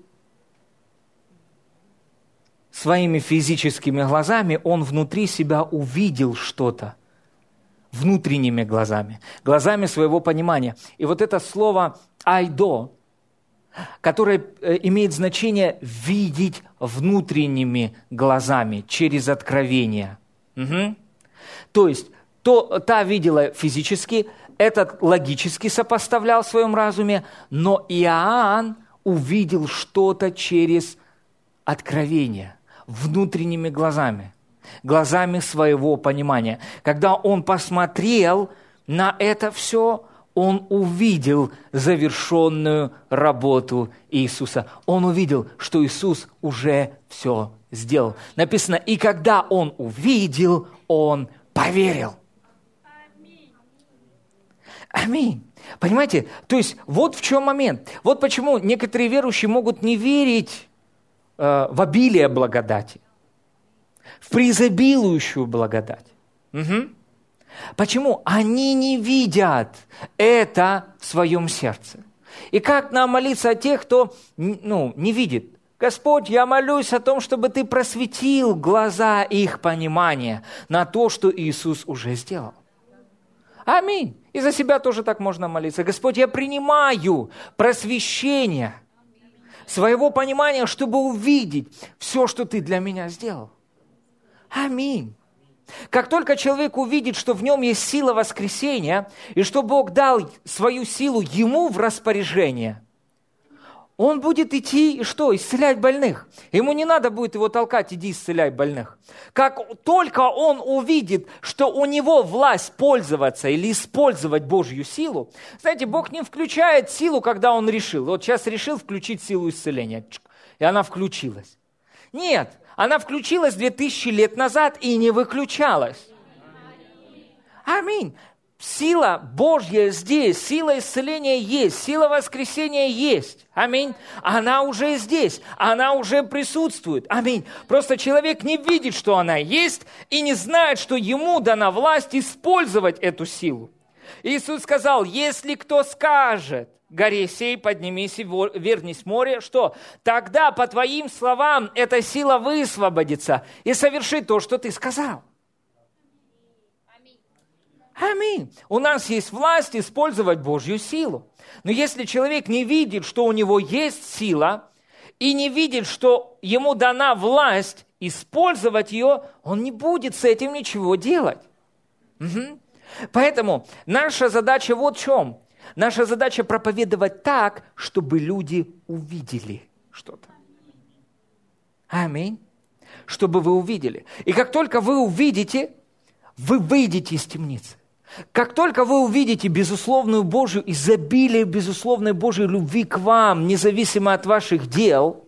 своими физическими глазами, он внутри себя увидел что-то. Внутренними глазами. Глазами своего понимания. И вот это слово «айдо», которое имеет значение «видеть внутренними глазами» через откровение. Угу. То есть та видела физически, этот логически сопоставлял в своем разуме, но Иоанн увидел что-то через откровение, внутренними глазами, глазами своего понимания. Когда он посмотрел на это все, он увидел завершенную работу Иисуса. Он увидел, что Иисус уже все сделал. Написано, и когда он увидел, он поверил. Аминь. Понимаете? То есть вот в чем момент. Вот почему некоторые верующие могут не верить в обилие благодати, в преизобилующую благодать. Угу. Почему? Они не видят это в своем сердце. И как нам молиться о тех, кто не видит? Господь, я молюсь о том, чтобы Ты просветил глаза их понимания на то, что Иисус уже сделал. Аминь. И за себя тоже так можно молиться. Господь, я принимаю просвещение своего понимания, чтобы увидеть все, что Ты для меня сделал. Аминь. Как только человек увидит, что в нем есть сила воскресения, и что Бог дал свою силу ему в распоряжение, он будет идти и что? Исцелять больных. Ему не надо будет его толкать, иди исцеляй больных. Как только он увидит, что у него власть пользоваться или использовать Божью силу, знаете, Бог не включает силу, когда он решил. Вот сейчас решил включить силу исцеления, и она включилась. Нет, она включилась 2000 лет назад и не выключалась. Аминь. сила Божья здесь, сила исцеления есть, сила воскресения есть. Аминь. Она уже здесь, она уже присутствует. Аминь. Просто человек не видит, что она есть, и не знает, что ему дана власть использовать эту силу. Иисус сказал, если кто скажет горе сей, поднимись и вернись в море, что? Тогда по твоим словам эта сила высвободится и совершит то, что ты сказал. Аминь. У нас есть власть использовать Божью силу. Но если человек не видит, что у него есть сила, и не видит, что ему дана власть использовать ее, он не будет с этим ничего делать. Угу. Поэтому наша задача вот в чем. Наша задача проповедовать так, чтобы люди увидели что-то. Аминь. Чтобы вы увидели. И как только вы увидите, вы выйдете из темницы. Как только вы увидите безусловную Божью, изобилие безусловной Божьей любви к вам, независимо от ваших дел,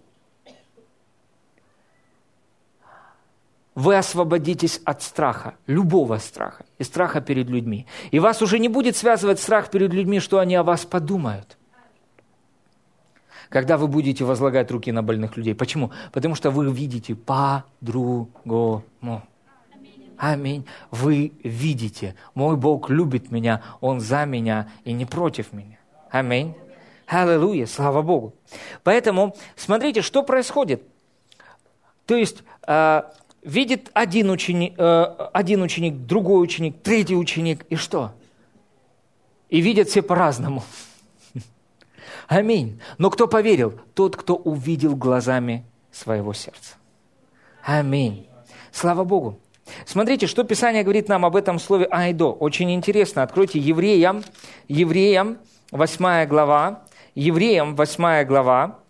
вы освободитесь от страха, любого страха, и страха перед людьми. И вас уже не будет связывать страх перед людьми, что они о вас подумают. Когда вы будете возлагать руки на больных людей. Почему? Потому что вы видите по-другому. Аминь. Вы видите, мой Бог любит меня, Он за меня и не против меня. Аминь. Аллилуйя, слава Богу. Поэтому смотрите, что происходит. То есть видит один ученик, другой ученик, третий ученик, и что? И видят все по-разному. Аминь. Но кто поверил? Тот, кто увидел глазами своего сердца. Аминь. Слава Богу. Смотрите, что Писание говорит нам об этом слове «айдо». Очень интересно. Откройте Евреям 8 глава. Евреям 8 глава,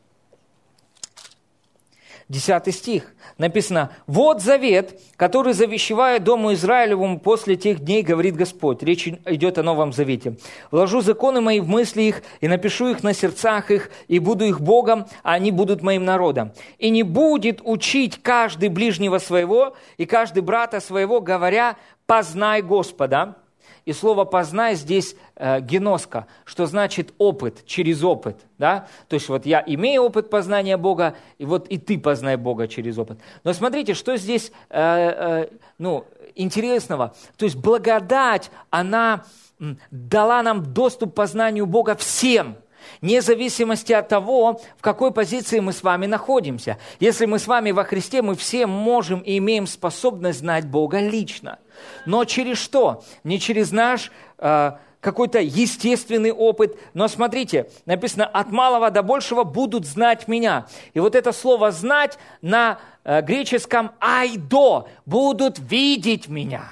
10 стих. Написано: «Вот завет, который завещеваю Дому Израилевому после тех дней, говорит Господь». Речь идет о Новом Завете. «Вложу законы мои в мысли их, и напишу их на сердцах их, и буду их Богом, а они будут моим народом. И не будет учить каждый ближнего своего, и каждый брата своего, говоря: познай Господа». И слово «познай» здесь геноска, что значит опыт, через опыт. Да? То есть вот я имею опыт познания Бога, и вот и ты познай Бога через опыт. Но смотрите, что здесь интересного. То есть благодать, она дала нам доступ к познанию Бога всем, вне зависимости от того, в какой позиции мы с вами находимся. Если мы с вами во Христе, мы все можем и имеем способность знать Бога лично. Но через что? Не через наш какой-то естественный опыт. Но смотрите, написано: «От малого до большего будут знать меня». И вот это слово «знать» на греческом «айдо» – «будут видеть меня».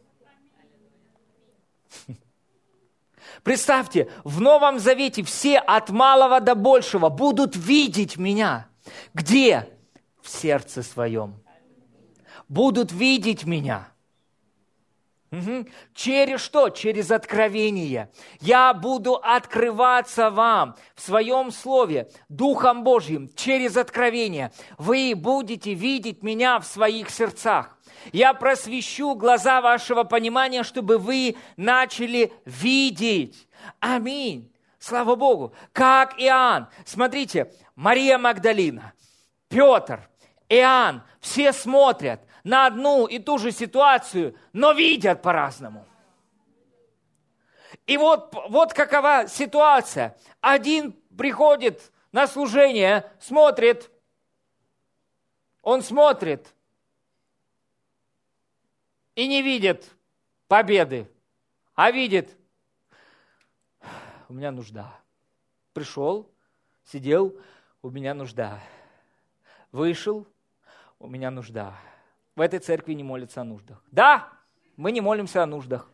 Представьте, в Новом Завете все от малого до большего будут видеть меня. Где? В сердце своем. Будут видеть меня. Угу. Через что? Через откровение. Я буду открываться вам в своем слове, Духом Божьим, через откровение. Вы будете видеть меня в своих сердцах. Я просвещу глаза вашего понимания, чтобы вы начали видеть. Аминь. Слава Богу. Как Иоанн. Смотрите, Мария Магдалина, Петр, Иоанн, все смотрят на одну и ту же ситуацию, но видят по-разному. И вот какова ситуация. Один приходит на служение, смотрит, он смотрит и не видит победы, а видит: у меня нужда. Пришел, сидел, у меня нужда. Вышел, у меня нужда. В этой церкви не молятся о нуждах. Да, мы не молимся о нуждах.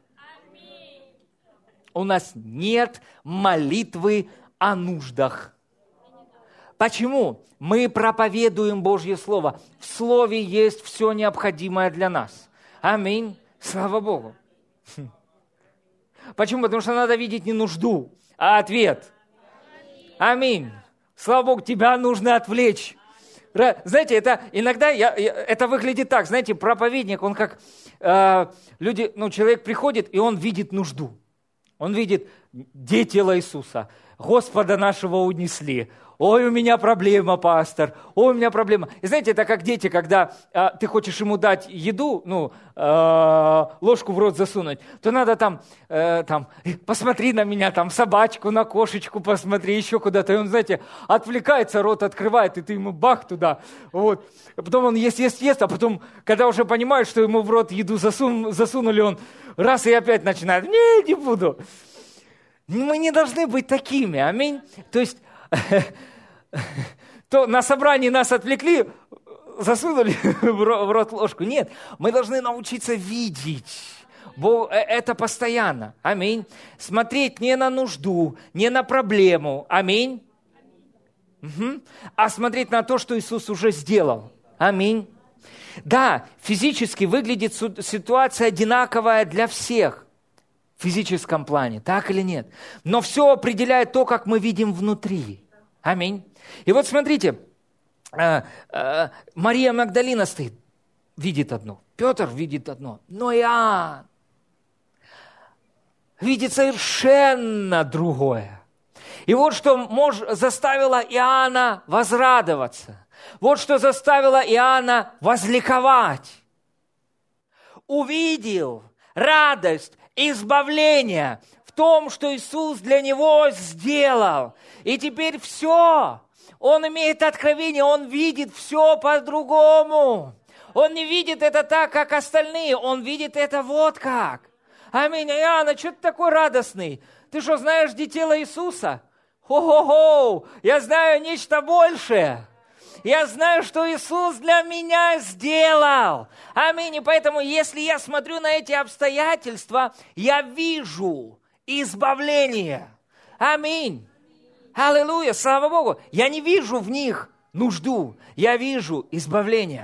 У нас нет молитвы о нуждах. Почему? Мы проповедуем Божье Слово. В Слове есть все необходимое для нас. Аминь. Слава Богу. Почему? Потому что надо видеть не нужду, а ответ. Аминь. Слава Богу, тебя нужно отвлечь. Знаете, это иногда это выглядит так, знаете, проповедник, он как человек приходит, и он видит нужду. Он видит, где тело Иисуса, Господа нашего унесли. Ой, у меня проблема, пастор, ой, у меня проблема. И знаете, это как дети, когда ты хочешь ему дать еду, ложку в рот засунуть, то надо там, посмотри на меня, там, собачку, на кошечку посмотри, еще куда-то. И он, знаете, отвлекается, рот открывает, и ты ему бах туда. Вот. А потом он ест, а потом, когда уже понимает, что ему в рот еду засунули, он раз и опять начинает, не буду. Мы не должны быть такими, аминь. То есть, то на собрании нас отвлекли, засунули в рот ложку. Нет, мы должны научиться видеть. Это постоянно. Аминь. Смотреть не на нужду, не на проблему. Аминь. Угу. А смотреть на то, что Иисус уже сделал. Аминь. Да, физически выглядит ситуация одинаковая для всех. В физическом плане, так или нет. Но все определяет то, как мы видим внутри. Аминь. И вот смотрите, Мария Магдалина стоит, видит одно. Петр видит одно. Но Иоанн видит совершенно другое. И вот что заставило Иоанна возрадоваться. Вот что заставило Иоанна возликовать. Увидел радость, избавление в том, что Иисус для него сделал. И теперь все. Он имеет откровение, он видит все по-другому. Он не видит это так, как остальные, он видит это вот как. Аминь. Иоанна, что ты такой радостный? Ты что, знаешь, где тело Иисуса? Хо-хо-хо, я знаю нечто большее. Я знаю, что Иисус для меня сделал. Аминь. И поэтому, если я смотрю на эти обстоятельства, я вижу избавление. Аминь. Аллилуйя, слава Богу. Я не вижу в них нужду. Я вижу избавление.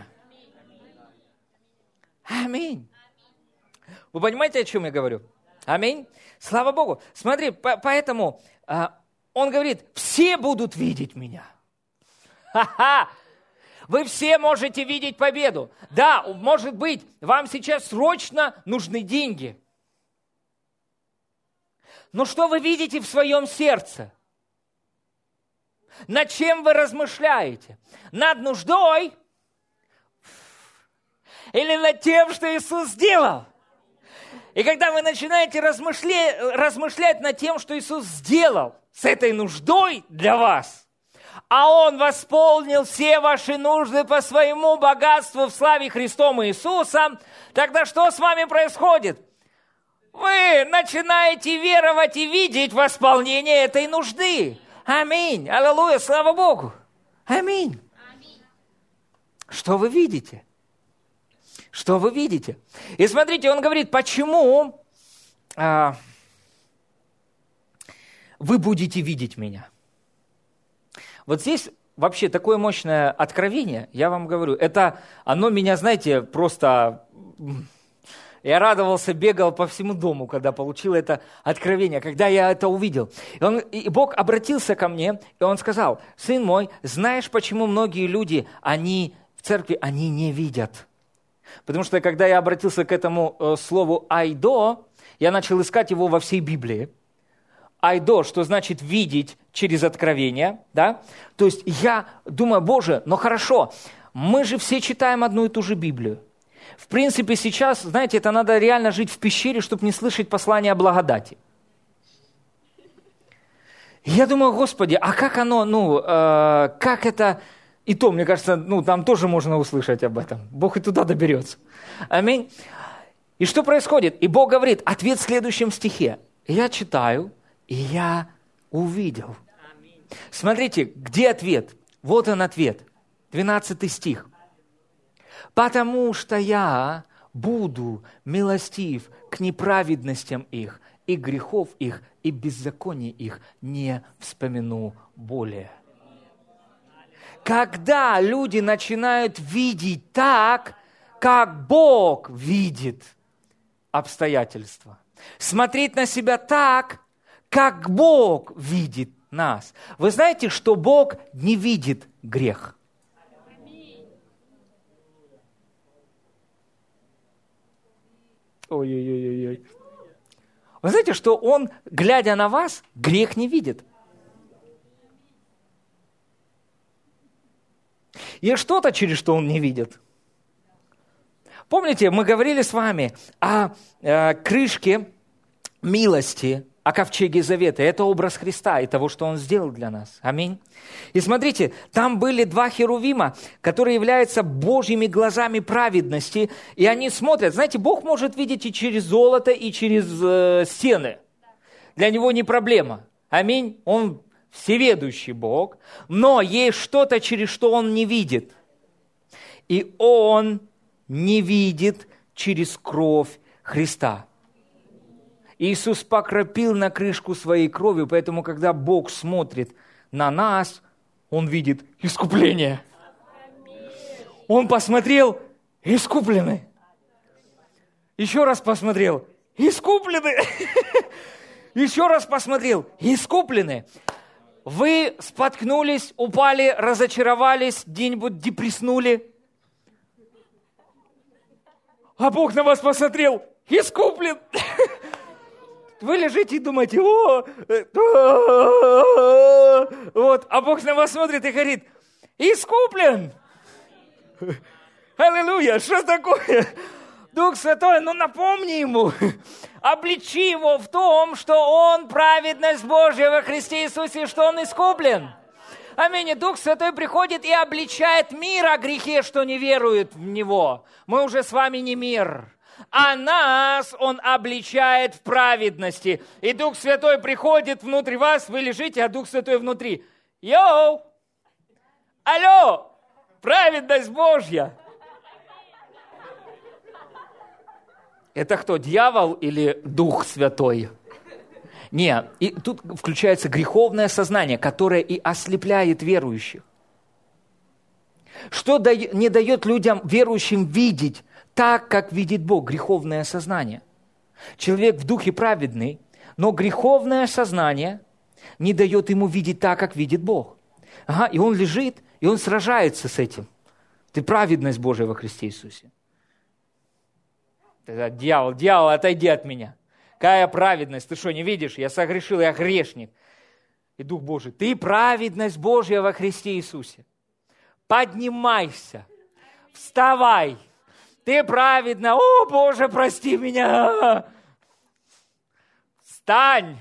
Аминь. Вы понимаете, о чем я говорю? Аминь. Слава Богу. Смотри, поэтому он говорит, все будут видеть меня. Ха-ха! Вы все можете видеть победу. Да, может быть, вам сейчас срочно нужны деньги. Но что вы видите в своем сердце? Над чем вы размышляете? Над нуждой? Или над тем, что Иисус сделал? И когда вы начинаете размышлять над тем, что Иисус сделал с этой нуждой для вас, а Он восполнил все ваши нужды по своему богатству в славе Христом Иисусом, тогда что с вами происходит? Вы начинаете веровать и видеть восполнение этой нужды. Аминь. Аллилуйя. Слава Богу. Аминь. Что вы видите? Что вы видите? И смотрите, он говорит, почему вы будете видеть меня? Вот здесь вообще такое мощное откровение, я вам говорю, оно меня, знаете, просто... Я радовался, бегал по всему дому, когда получил это откровение, когда я это увидел. И Бог обратился ко мне, и Он сказал, сын мой, знаешь, почему многие люди, в церкви, они не видят? Потому что, когда я обратился к этому слову «айдо», я начал искать его во всей Библии. «Айдо», что значит «видеть через откровение», да? То есть я думаю, Боже, ну хорошо, мы же все читаем одну и ту же Библию. В принципе, сейчас, знаете, это надо реально жить в пещере, чтобы не слышать послания о благодати. Я думаю, Господи, а как оно, как это... И то, мне кажется, там тоже можно услышать об этом. Бог и туда доберется. Аминь. И что происходит? И Бог говорит, ответ в следующем стихе. Я читаю, и я увидел. Смотрите, где ответ? Вот он ответ. 12 стих. «Потому что я буду милостив к неправедностям их, и грехов их, и беззаконий их не вспомину более». Когда люди начинают видеть так, как Бог видит обстоятельства, смотреть на себя так, как Бог видит нас. Вы знаете, что Бог не видит грех? Ой-ой-ой-ой. Вы знаете, что он, глядя на вас, грех не видит. Есть что-то, через что он не видит. Помните, мы говорили с вами о крышке милости, о ковчеге завета. Это образ Христа и того, что Он сделал для нас. Аминь. И смотрите, там были два херувима, которые являются Божьими глазами праведности, и они смотрят. Знаете, Бог может видеть и через золото, и через стены. Для Него не проблема. Аминь. Он всеведущий Бог, но есть что-то, через что Он не видит. И Он не видит через кровь Христа. Иисус покропил на крышку своей кровью, поэтому, когда Бог смотрит на нас, Он видит искупление. Он посмотрел, искуплены. Еще раз посмотрел, искуплены. Еще раз посмотрел, искуплены. Вы споткнулись, упали, разочаровались, где-нибудь депресснули. А Бог на вас посмотрел, искуплен. Вы лежите и думаете, вот, а Бог на вас смотрит и говорит, искуплен. Аллилуйя, что такое? Дух Святой, напомни ему, обличи его в том, что он праведность Божья во Христе Иисусе, что он искуплен. Аминь. И Дух Святой приходит и обличает мир о грехе, что не верует в Него. Мы уже с вами не мир. А нас Он обличает в праведности. И Дух Святой приходит внутрь вас, вы лежите, а Дух Святой внутри. Йоу! Алло! Праведность Божья! Это кто, дьявол или Дух Святой? Нет, и тут включается греховное сознание, которое и ослепляет верующих. Что не дает людям, верующим, видеть так, как видит Бог, греховное сознание. Человек в духе праведный, но греховное сознание не дает ему видеть так, как видит Бог. И он лежит, и он сражается с этим. Ты праведность Божия во Христе Иисусе. Дьявол, отойди от меня. Какая праведность? Ты что, не видишь? Я согрешил, я грешник. И Дух Божий, ты праведность Божья во Христе Иисусе. Поднимайся, вставай. Ты праведна. О, Боже, прости меня. Встань.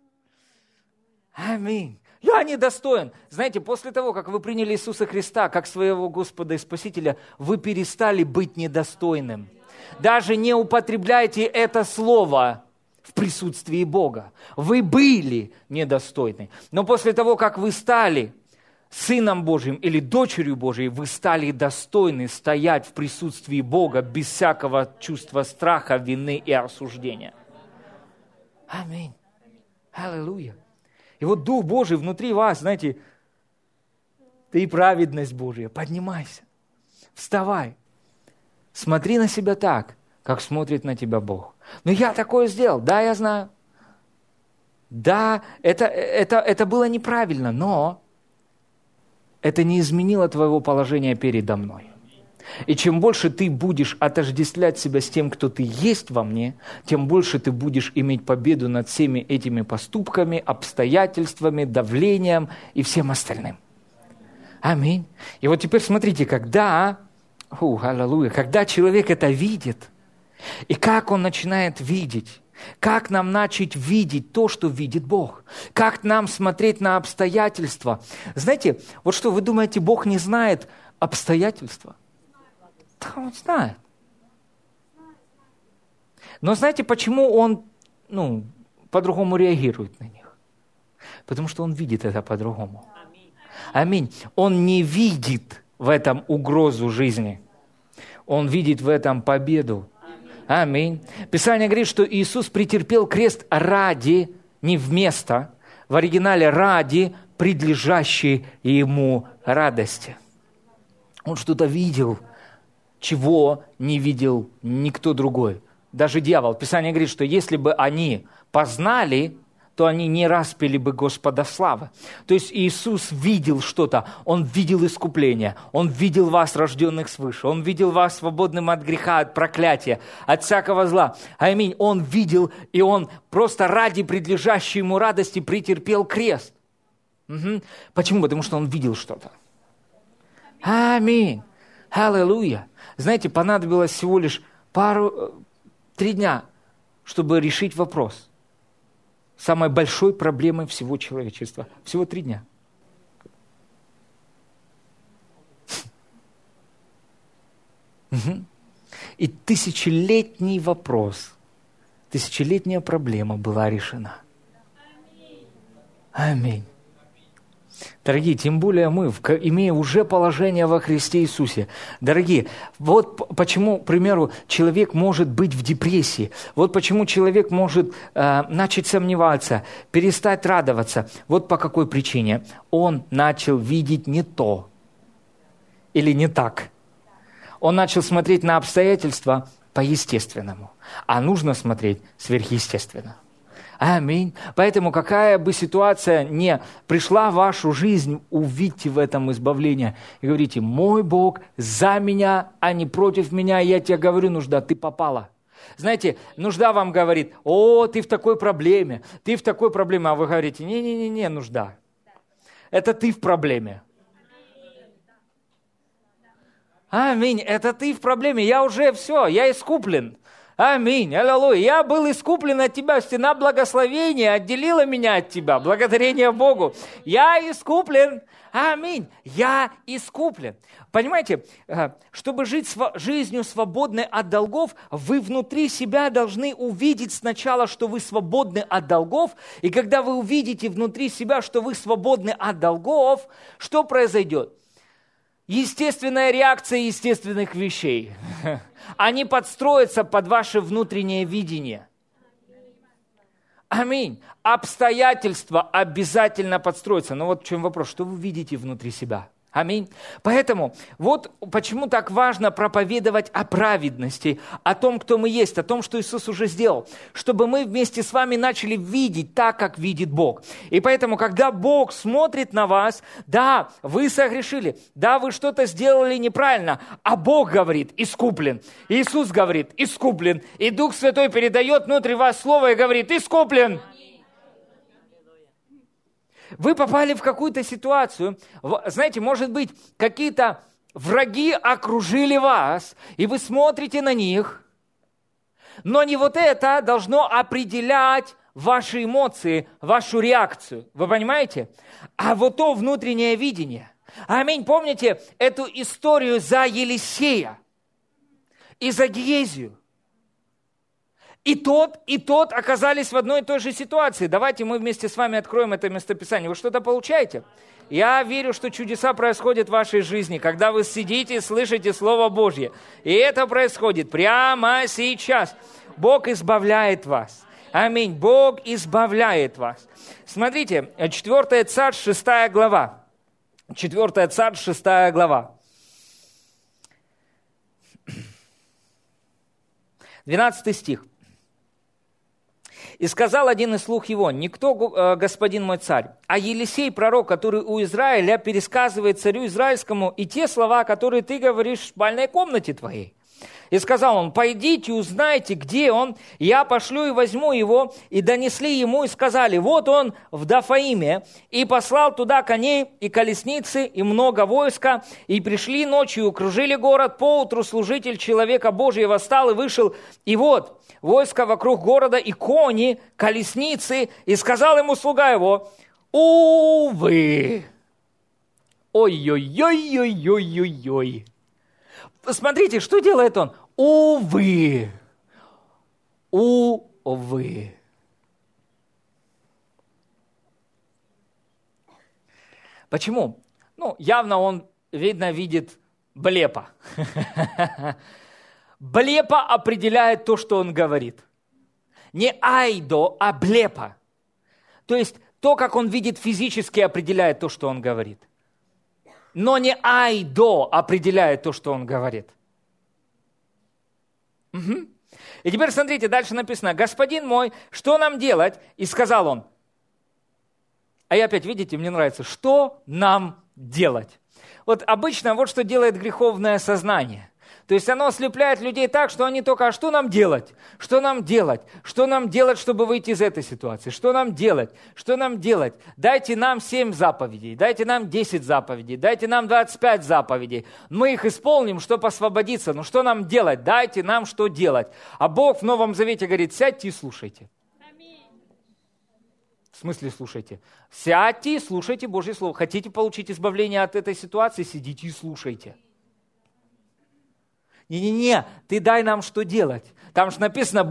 Аминь. Я недостоин. Знаете, после того, как вы приняли Иисуса Христа как своего Господа и Спасителя, вы перестали быть недостойным. Даже не употребляйте это слово в присутствии Бога. Вы были недостойны. Но после того, как вы стали Сыном Божьим или дочерью Божией, вы стали достойны стоять в присутствии Бога без всякого чувства страха, вины и осуждения. Аминь. Аллилуйя. И вот Дух Божий внутри вас, знаете, ты праведность Божья. Поднимайся, вставай. Смотри на себя так, как смотрит на тебя Бог. Но я такое сделал, да, я знаю. Да, это было неправильно, но это не изменило твоего положения передо мной. И чем больше ты будешь отождествлять себя с тем, кто ты есть во мне, тем больше ты будешь иметь победу над всеми этими поступками, обстоятельствами, давлением и всем остальным. Аминь. И вот теперь смотрите, когда человек это видит, и как он начинает видеть, как нам начать видеть то, что видит Бог, как нам смотреть на обстоятельства. Знаете, вот что, вы думаете, Бог не знает обстоятельства? Да, Он знает. Но знаете, почему Он по-другому реагирует на них? Потому что Он видит это по-другому. Аминь. Он не видит в этом угрозу жизни. Он видит в этом победу. Аминь. Писание говорит, что Иисус претерпел крест ради, не вместо, в оригинале ради предлежащей Ему радости. Он что-то видел, чего не видел никто другой. Даже дьявол. Писание говорит, что если бы они познали, то они не распяли бы Господа славы. То есть Иисус видел что-то, Он видел искупление, Он видел вас, рожденных свыше, Он видел вас свободным от греха, от проклятия, от всякого зла. Аминь. Он видел, и Он просто ради предлежащей Ему радости претерпел крест. Угу. Почему? Потому что Он видел что-то. Аминь. Аллилуйя. Знаете, понадобилось всего лишь 3 дня, чтобы решить вопрос. Самой большой проблемой всего человечества. Всего 3 дня. И тысячелетний вопрос, тысячелетняя проблема была решена. Аминь. Дорогие, тем более мы, имея уже положение во Христе Иисусе. Дорогие, вот почему, к примеру, человек может быть в депрессии. Вот почему человек может начать сомневаться, перестать радоваться. Вот по какой причине. Он начал видеть не то или не так. Он начал смотреть на обстоятельства по-естественному. А нужно смотреть сверхъестественно. Аминь. Поэтому какая бы ситуация ни пришла в вашу жизнь, увидьте в этом избавление. И говорите: мой Бог за меня, а не против меня. Я тебе говорю, нужда, ты попала. Знаете, нужда вам говорит: о, ты в такой проблеме, ты в такой проблеме. А вы говорите: не-не-не, нужда. Это ты в проблеме. Аминь. Это ты в проблеме. Я уже все, я искуплен. Аминь, аллилуйя. Я был искуплен от тебя, стена благословения отделила меня от тебя, благодарение Богу. Я искуплен, аминь, я искуплен. Понимаете, чтобы жить жизнью свободной от долгов, вы внутри себя должны увидеть сначала, что вы свободны от долгов, и когда вы увидите внутри себя, что вы свободны от долгов, что произойдет? Естественная реакция естественных вещей. Они подстроятся под ваше внутреннее видение. Аминь. Обстоятельства обязательно подстроятся. Но вот в чем вопрос, что вы видите внутри себя? Аминь. Поэтому вот почему так важно проповедовать о праведности, о том, кто мы есть, о том, что Иисус уже сделал, чтобы мы вместе с вами начали видеть так, как видит Бог. И поэтому, когда Бог смотрит на вас, да, вы согрешили, да, вы что-то сделали неправильно, а Бог говорит: искуплен. Иисус говорит: искуплен. И Дух Святой передает внутри вас слово и говорит: искуплен. Вы попали в какую-то ситуацию, знаете, может быть, какие-то враги окружили вас, и вы смотрите на них, но не вот это должно определять ваши эмоции, вашу реакцию. Вы понимаете? А вот то внутреннее видение. Аминь. Помните эту историю за Елисея и за Гиезию? И тот оказались в одной и той же ситуации. Давайте мы вместе с вами откроем это местописание. Вы что-то получаете? Я верю, что чудеса происходят в вашей жизни, когда вы сидите и слышите Слово Божье. И это происходит прямо сейчас. Бог избавляет вас. Аминь. Бог избавляет вас. Смотрите, 4 Царств, 6 глава. 4 Царств, 6 глава. 12 стих. «И сказал один из слуг его: никто, господин мой царь, а Елисей, пророк, который у Израиля, пересказывает царю израильскому и те слова, которые ты говоришь в спальной комнате твоей. И сказал он: пойдите, узнайте, где он, я пошлю и возьму его. И донесли ему, и сказали: вот он в Дафаиме. И послал туда коней и колесницы, и много войска. И пришли ночью, окружили город. Поутру служитель человека Божьего встал и вышел. И вот войско вокруг города, и кони, колесницы. И сказал ему слуга его: увы, ой-ой-ой-ой-ой-ой-ой. Смотрите, что делает он? Увы. Увы. Почему? Явно он, видно, видит блепа. Блепа определяет то, что он говорит. Не айдо, а блепа. То есть то, как он видит физически, определяет то, что он говорит. Но не айдо определяет то, что он говорит. Угу. И теперь смотрите, дальше написано: господин мой, что нам делать? И сказал он: А я опять, видите, мне нравится, что нам делать? Вот обычно вот что делает греховное сознание. То есть оно ослепляет людей так, что они только, а что нам делать? Что нам делать? Что нам делать, чтобы выйти из этой ситуации? Что нам делать? Что нам делать? Дайте нам 7 заповедей, дайте нам 10 заповедей, дайте нам 25 заповедей. Мы их исполним, чтобы освободиться. Но что нам делать? Дайте нам что делать. А Бог в Новом Завете говорит, сядьте и слушайте. В смысле слушайте? Сядьте и слушайте Божье Слово. Хотите получить избавление от этой ситуации? Сидите и слушайте. Не-не-не, ты дай нам что делать. Там же написано,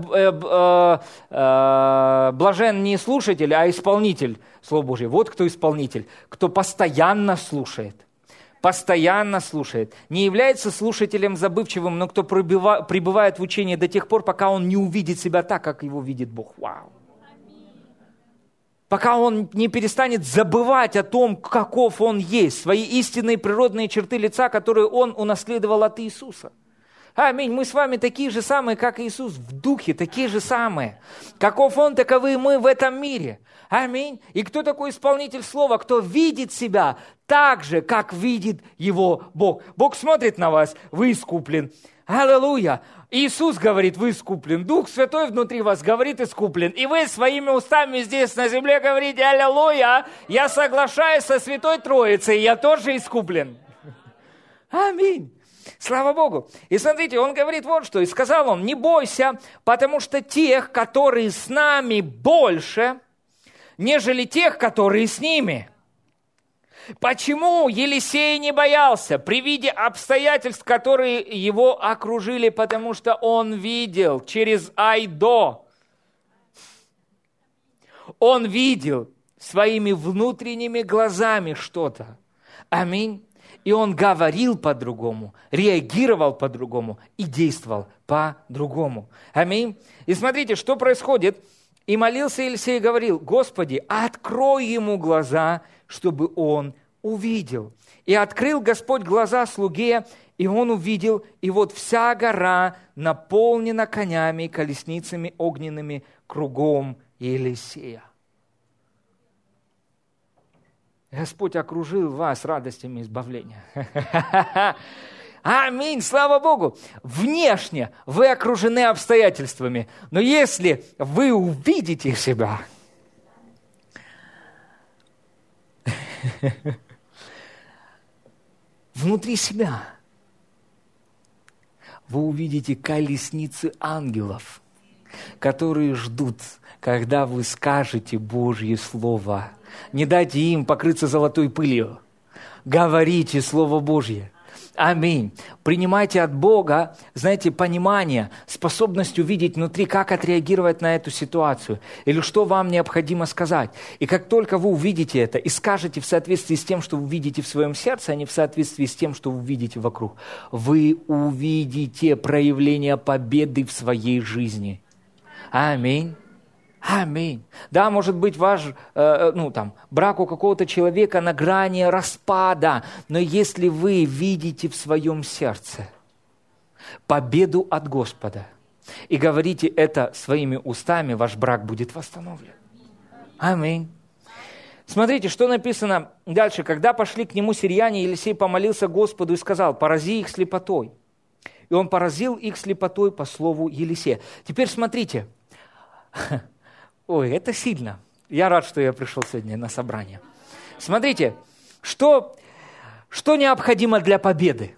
блажен не слушатель, а исполнитель Слова Божьего. Вот кто исполнитель, кто постоянно слушает. Постоянно слушает. Не является слушателем забывчивым, но кто пребывает в учении до тех пор, пока он не увидит себя так, как его видит Бог. Вау! Пока он не перестанет забывать о том, каков он есть, свои истинные природные черты лица, которые он унаследовал от Иисуса. Аминь. Мы с вами такие же самые, как Иисус, в духе, такие же самые. Каков он, таковы и мы в этом мире. Аминь. И кто такой исполнитель слова? Кто видит себя так же, как видит его Бог. Бог смотрит на вас, вы искуплен. Аллилуйя. Иисус говорит, вы искуплен. Дух Святой внутри вас говорит, искуплен. И вы своими устами здесь на земле говорите, аллилуйя, я соглашаюсь со Святой Троицей, я тоже искуплен. Аминь. Слава Богу. И смотрите, он говорит вот что. И сказал он, не бойся, потому что тех, которые с нами, больше, нежели тех, которые с ними. Почему Елисей не боялся при виде обстоятельств, которые его окружили? Потому что он видел через айдо. Он видел своими внутренними глазами что-то. Аминь. И он говорил по-другому, реагировал по-другому и действовал по-другому. Аминь. И смотрите, что происходит. И молился Елисей и говорил, Господи, открой ему глаза, чтобы он увидел. И открыл Господь глаза слуге, и он увидел, и вот вся гора наполнена конями и колесницами огненными кругом Елисея. Господь окружил вас радостями избавления. Аминь, слава Богу. Внешне вы окружены обстоятельствами, но если вы увидите себя, внутри себя, вы увидите колесницы ангелов, которые ждут, когда вы скажете Божье Слово. Не дайте им покрыться золотой пылью. Говорите Слово Божье. Аминь. Принимайте от Бога, знаете, понимание, способность увидеть внутри, как отреагировать на эту ситуацию, или что вам необходимо сказать. И как только вы увидите это и скажете в соответствии с тем, что вы видите в своем сердце, а не в соответствии с тем, что вы видите вокруг, вы увидите проявление победы в своей жизни. Аминь. Аминь. Да, может быть, ваш брак у какого-то человека на грани распада, но если вы видите в своем сердце победу от Господа и говорите это своими устами, ваш брак будет восстановлен. Аминь. Смотрите, что написано дальше. Когда пошли к нему сирияне, Елисей помолился Господу и сказал, порази их слепотой. И он поразил их слепотой по слову Елисея. Теперь смотрите. Ой, это сильно. Я рад, что я пришел сегодня на собрание. Смотрите, что необходимо для победы?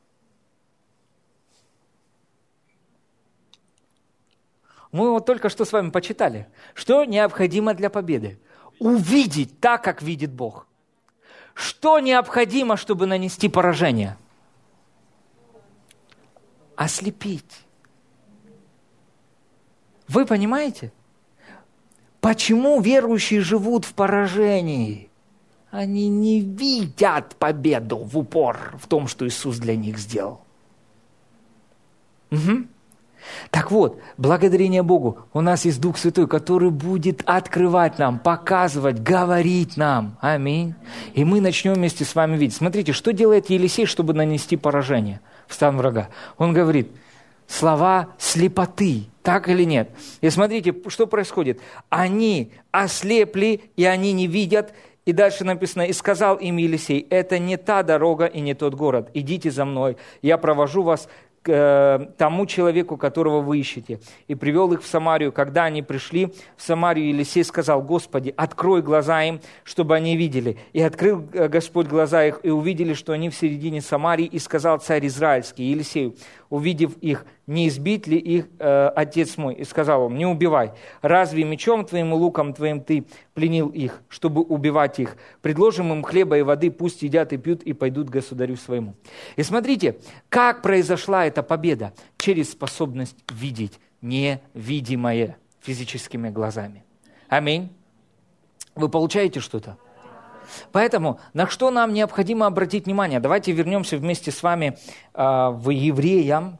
Мы вот только что с вами почитали. Что необходимо для победы? Увидеть так, как видит Бог. Что необходимо, чтобы нанести поражение? Ослепить. Вы понимаете? Почему верующие живут в поражении? Они не видят победу в упор в том, что Иисус для них сделал. Угу. Так вот, благодарение Богу, у нас есть Дух Святой, который будет открывать нам, показывать, говорить нам. Аминь. И мы начнем вместе с вами видеть. Смотрите, что делает Елисей, чтобы нанести поражение в стан врага. Он говорит, слова слепоты, так или нет? И смотрите, что происходит. Они ослепли, и они не видят, И дальше написано, «И сказал им Елисей, это не та дорога и не тот город. Идите за мной, я провожу вас к тому человеку, которого вы ищете». И привел их в Самарию. Когда они пришли в Самарию, Елисей сказал, «Господи, открой глаза им, чтобы они видели». И открыл Господь глаза их, и увидели, что они в середине Самарии. И сказал царь Израильский Елисею, увидев их, не избить ли их отец мой? И сказал он, не убивай. Разве мечом твоим и луком твоим ты пленил их, чтобы убивать их? Предложим им хлеба и воды, пусть едят и пьют, и пойдут к государю своему. И смотрите, как произошла эта победа? Через способность видеть невидимое физическими глазами. Аминь. Вы получаете что-то? Поэтому на что нам необходимо обратить внимание? Давайте вернемся вместе с вами в Евреям,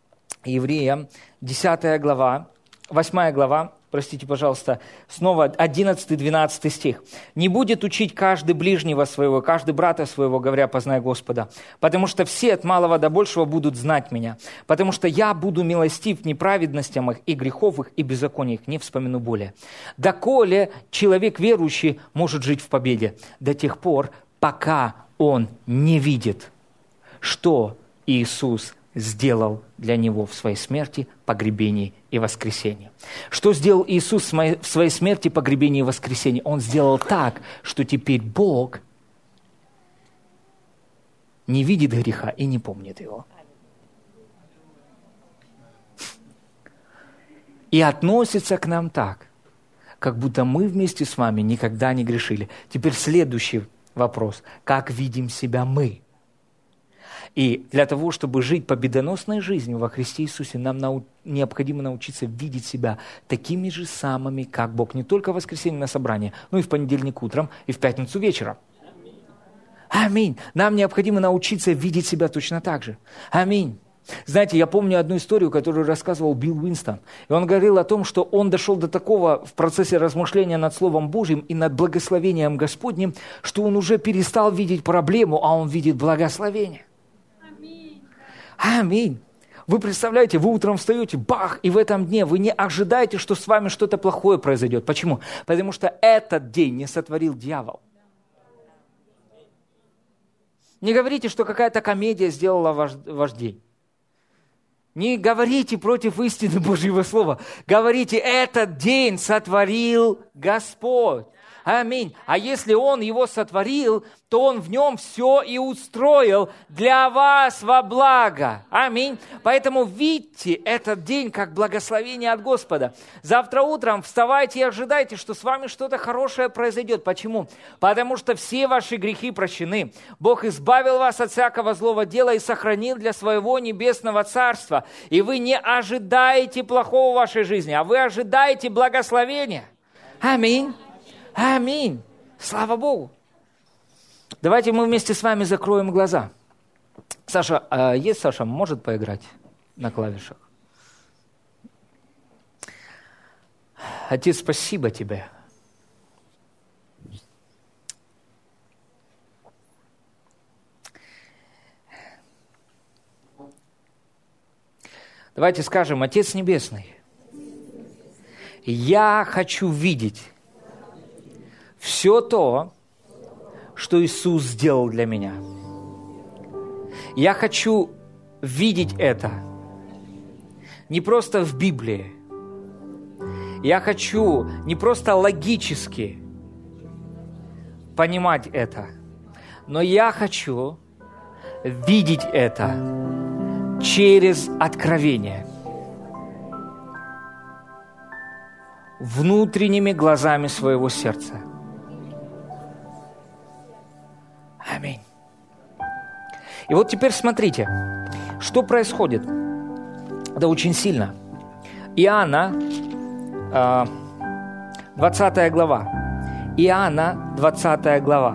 10 глава, 8 глава, простите, пожалуйста, снова 11-12 стих. «Не будет учить каждый ближнего своего, каждый брата своего, говоря, познай Господа, потому что все от малого до большего будут знать меня, потому что я буду милостив неправедностям их и грехов их и беззаконий их, не вспомину более. Доколе человек верующий может жить в победе, до тех пор, пока он не видит, что Иисус сделал для него в своей смерти, погребении и воскресении». Что сделал Иисус в своей смерти, погребении и воскресении? Он сделал так, что теперь Бог не видит греха и не помнит его. И относится к нам так, как будто мы вместе с вами никогда не грешили. Теперь следующий вопрос. Как видим себя мы? И для того, чтобы жить победоносной жизнью во Христе Иисусе, нам необходимо научиться видеть себя такими же самыми, как Бог. Не только в воскресенье на собрании, но и в понедельник утром, и в пятницу вечером. Аминь. Нам необходимо научиться видеть себя точно так же. Аминь. Знаете, я помню одну историю, которую рассказывал Билл Уинстон. И он говорил о том, что он дошел до такого в процессе размышления над Словом Божьим и над благословением Господним, что он уже перестал видеть проблему, а он видит благословение. Аминь. Вы представляете, вы утром встаете, бах, и в этом дне вы не ожидаете, что с вами что-то плохое произойдет. Почему? Потому что этот день не сотворил дьявол. Не говорите, что какая-то комедия сделала ваш день. Не говорите против истины Божьего Слова. Говорите, этот день сотворил Господь. Аминь. А если Он его сотворил, то Он в нем все и устроил для вас во благо. Аминь. Поэтому видите этот день как благословение от Господа. Завтра утром вставайте и ожидайте, что с вами что-то хорошее произойдет. Почему? Потому что все ваши грехи прощены. Бог избавил вас от всякого злого дела и сохранил для своего небесного царства. И вы не ожидаете плохого в вашей жизни, а вы ожидаете благословения. Аминь. Аминь. Слава Богу. Давайте мы вместе с вами закроем глаза. Саша, есть Саша, может поиграть на клавишах? Отец, спасибо Тебе. Давайте скажем, Отец Небесный, я хочу видеть все то, что Иисус сделал для меня. Я хочу видеть это не просто в Библии. Я хочу не просто логически понимать это, но я хочу видеть это через откровение, внутренними глазами своего сердца. Аминь. И вот теперь смотрите, что происходит. Это очень сильно. Иоанна, 20 глава. Иоанна, 20 глава.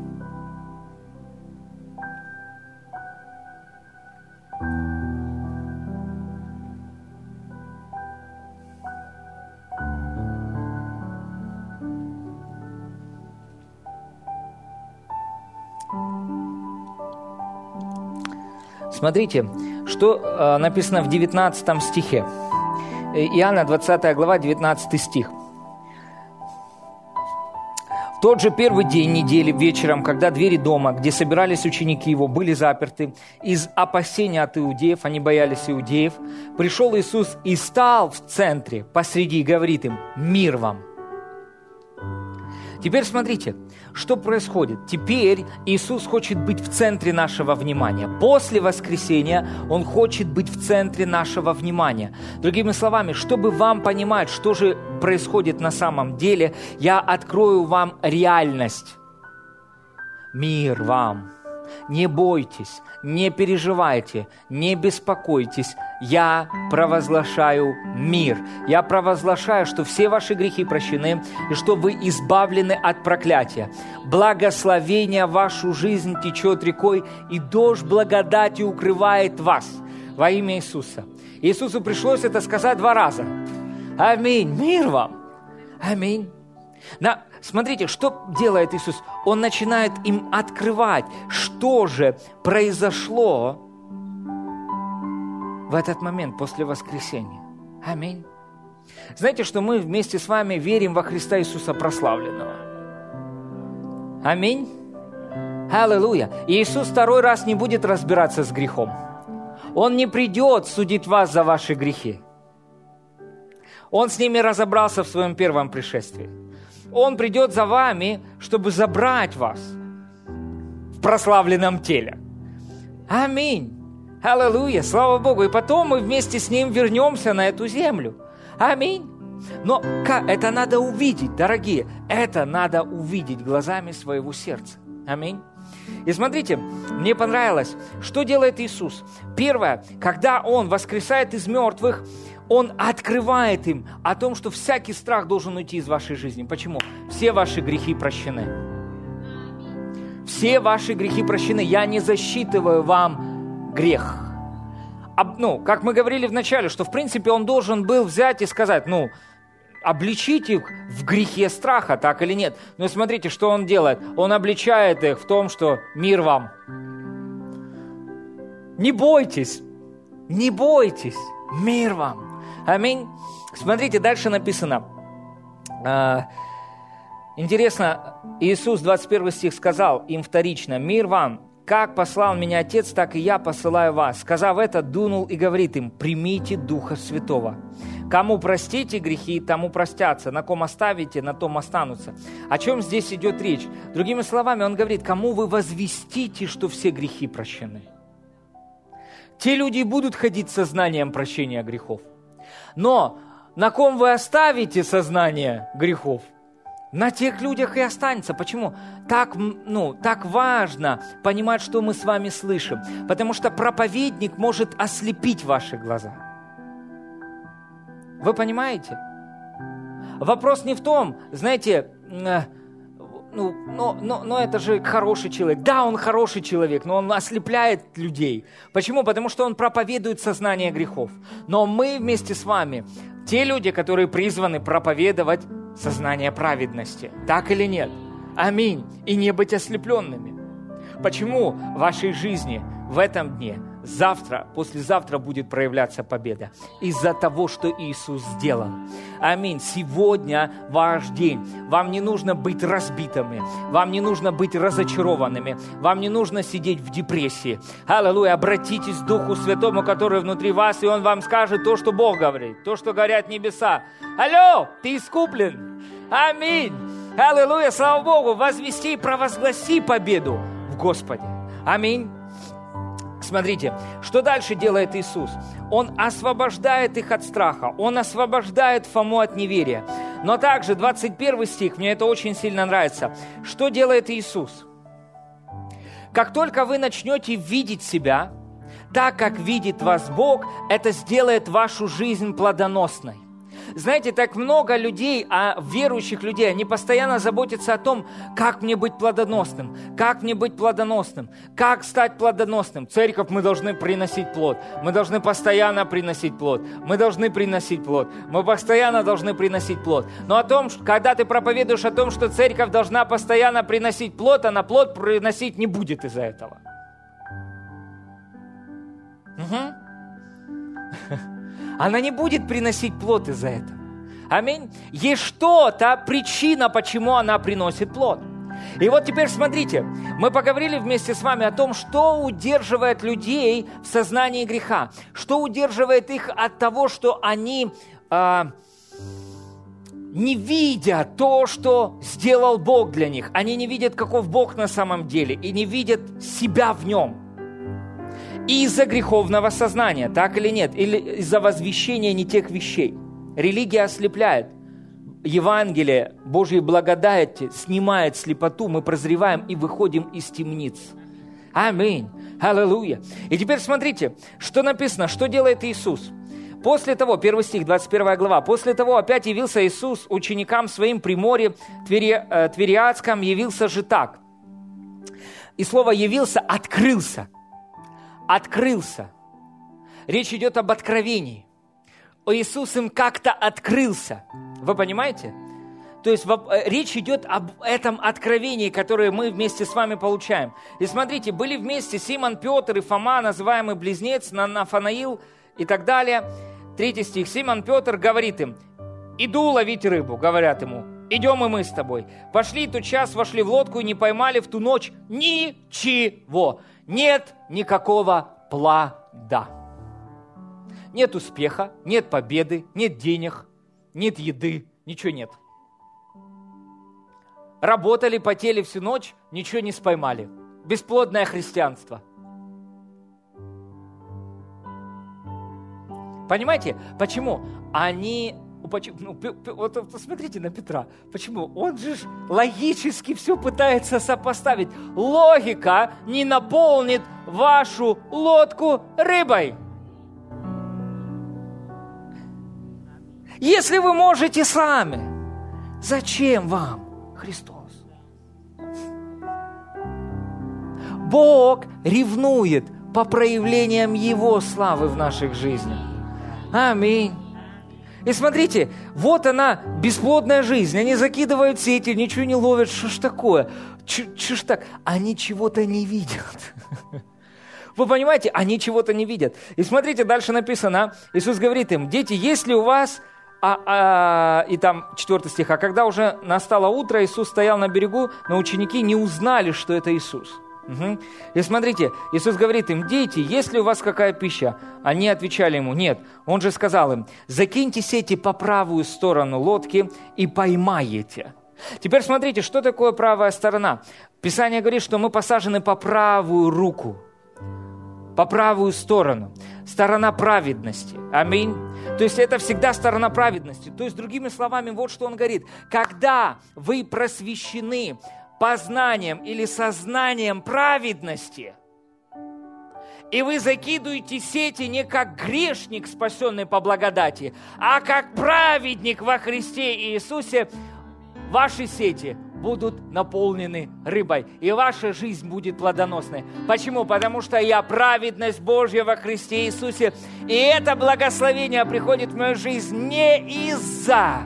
Смотрите, что написано в 19 стихе. Иоанна, 20 глава, 19 стих. В тот же первый день недели вечером, когда двери дома, где собирались ученики его, были заперты, из опасения от иудеев, они боялись иудеев, пришел Иисус и стал в центре, посреди, и говорит им: «Мир вам». Теперь смотрите, что происходит. Теперь Иисус хочет быть в центре нашего внимания. После воскресения Он хочет быть в центре нашего внимания. Другими словами, чтобы вам понимать, что же происходит на самом деле, я открою вам реальность. Мир вам. Не бойтесь, не переживайте, не беспокойтесь. Я провозглашаю мир. Я провозглашаю, что все ваши грехи прощены и что вы избавлены от проклятия. Благословение в вашу жизнь течет рекой, и дождь благодати укрывает вас во имя Иисуса. Иисусу пришлось это сказать 2 раза. Аминь. Мир вам. Аминь. Смотрите, что делает Иисус? Он начинает им открывать, что же произошло в этот момент после воскресения. Аминь. Знаете, что мы вместе с вами верим во Христа Иисуса прославленного. Аминь. Аллилуйя. И Иисус 2 раз не будет разбираться с грехом. Он не придет судить вас за ваши грехи. Он с ними разобрался в своем первом пришествии. Он придет за вами, чтобы забрать вас в прославленном теле. Аминь. Аллилуйя. Слава Богу. И потом мы вместе с Ним вернемся на эту землю. Аминь. Но это надо увидеть, дорогие. Это надо увидеть глазами своего сердца. Аминь. И смотрите, мне понравилось, что делает Иисус. Первое, когда Он воскресает из мертвых, Он открывает им о том, что всякий страх должен уйти из вашей жизни. Почему? Все ваши грехи прощены. Все ваши грехи прощены. Я не засчитываю вам грех. Как мы говорили в начале, что в принципе Он должен был взять и сказать, обличить их в грехе страха, так или нет. Но смотрите, что Он делает. Он обличает их в том, что мир вам. Не бойтесь, не бойтесь, мир вам. Аминь. Смотрите, дальше написано. Интересно, Иисус, 21 стих, сказал им вторично: «Мир вам, как послал меня Отец, так и я посылаю вас». Сказав это, дунул и говорит им: «Примите Духа Святого. Кому простите грехи, тому простятся, на ком оставите, на том останутся». О чем здесь идет речь? Другими словами, Он говорит: кому вы возвестите, что все грехи прощены. Те люди будут ходить с сознанием прощения грехов. Но на ком вы оставите сознание грехов, на тех людях и останется. Почему? Так важно понимать, что мы с вами слышим. Потому что проповедник может ослепить ваши глаза. Вы понимаете? Вопрос не в том, знаете, но это же хороший человек. Да, он хороший человек, но он ослепляет людей. Почему? Потому что он проповедует сознание грехов. Но мы вместе с вами, те люди, которые призваны проповедовать сознание праведности. Так или нет? Аминь. И не быть ослепленными. Почему в вашей жизни в этом дне, завтра, послезавтра будет проявляться победа? Из-за того, что Иисус сделал. Аминь. Сегодня ваш день. Вам не нужно быть разбитыми. Вам не нужно быть разочарованными. Вам не нужно сидеть в депрессии. Аллилуйя. Обратитесь к Духу Святому, который внутри вас, и Он вам скажет то, что Бог говорит, то, что говорят небеса. Алло, ты искуплен. Аминь. Аллилуйя. Слава Богу. Возвести и провозгласи победу в Господе. Аминь. Смотрите, что дальше делает Иисус? Он освобождает их от страха, Он освобождает Фому от неверия. Но также 21 стих, мне это очень сильно нравится. Что делает Иисус? Как только вы начнете видеть себя так, как видит вас Бог, это сделает вашу жизнь плодоносной. Знаете, так много людей, верующих людей, они постоянно заботятся о том, как мне быть плодоносным, как мне быть плодоносным, как стать плодоносным. Церковь, мы должны приносить плод, мы должны постоянно приносить плод, мы должны приносить плод, мы постоянно должны приносить плод. Но о том, когда ты проповедуешь о том, что церковь должна постоянно приносить плод, она плод приносить не будет из-за этого. Она не будет приносить плод из-за этого. Аминь. Есть что-то, причина, почему она приносит плод. И вот теперь смотрите, мы поговорили вместе с вами о том, что удерживает людей в сознании греха, что удерживает их от того, что они не видят то, что сделал Бог для них. Они не видят, каков Бог на самом деле, и не видят себя в нем. Из-за греховного сознания, так или нет, или из-за возвещения не тех вещей. Религия ослепляет. Евангелие Божьей благодати снимает слепоту, мы прозреваем и выходим из темниц. Аминь. Аллилуйя. И теперь смотрите, что написано, что делает Иисус. После того, 1 стих, 21 глава, после того опять явился Иисус ученикам своим при море Твериадском, явился же так. И слово «явился» – открылся. Открылся. Речь идет об откровении. Иисус им как-то открылся. Вы понимаете? То есть речь идет об этом откровении, которое мы вместе с вами получаем. И смотрите, были вместе Симон Петр и Фома, называемый близнец, Нафанаил и так далее. 3 стих. Симон Петр говорит им: «Иду ловить рыбу», говорят ему. «Идем и мы с тобой». Пошли тот час, вошли в лодку и не поймали в ту ночь ничего. Нет никакого плода. Нет успеха, нет победы, нет денег, нет еды, ничего нет. Работали, потели всю ночь, ничего не споймали. Бесплодное христианство. Понимаете, почему? Вот посмотрите на Петра. Почему? Он же логически все пытается сопоставить. Логика не наполнит вашу лодку рыбой. Если вы можете сами, зачем вам Христос? Бог ревнует по проявлениям Его славы в наших жизнях. Аминь. И смотрите, вот она, бесплодная жизнь. Они закидывают сети, ничего не ловят. Что ж такое? Что ж так? Они чего-то не видят. Вы понимаете? Они чего-то не видят. И смотрите, дальше написано. Иисус говорит им: дети, если у вас... И там 4 стих. А когда уже настало утро, Иисус стоял на берегу, но ученики не узнали, что это Иисус. Угу. И смотрите, Иисус говорит им: дети, есть ли у вас какая пища? Они отвечали ему: нет. Он же сказал им: закиньте сети по правую сторону лодки и поймаете. Теперь смотрите, что такое правая сторона. Писание говорит, что мы посажены по правую руку, по правую сторону. Сторона праведности. Аминь. То есть это всегда сторона праведности. То есть, другими словами, вот что он говорит. Когда вы просвещены познанием или сознанием праведности, и вы закидываете сети не как грешник, спасенный по благодати, а как праведник во Христе Иисусе, ваши сети будут наполнены рыбой, и ваша жизнь будет плодоносной. Почему? Потому что я праведность Божья во Христе Иисусе, и это благословение приходит в мою жизнь не из-за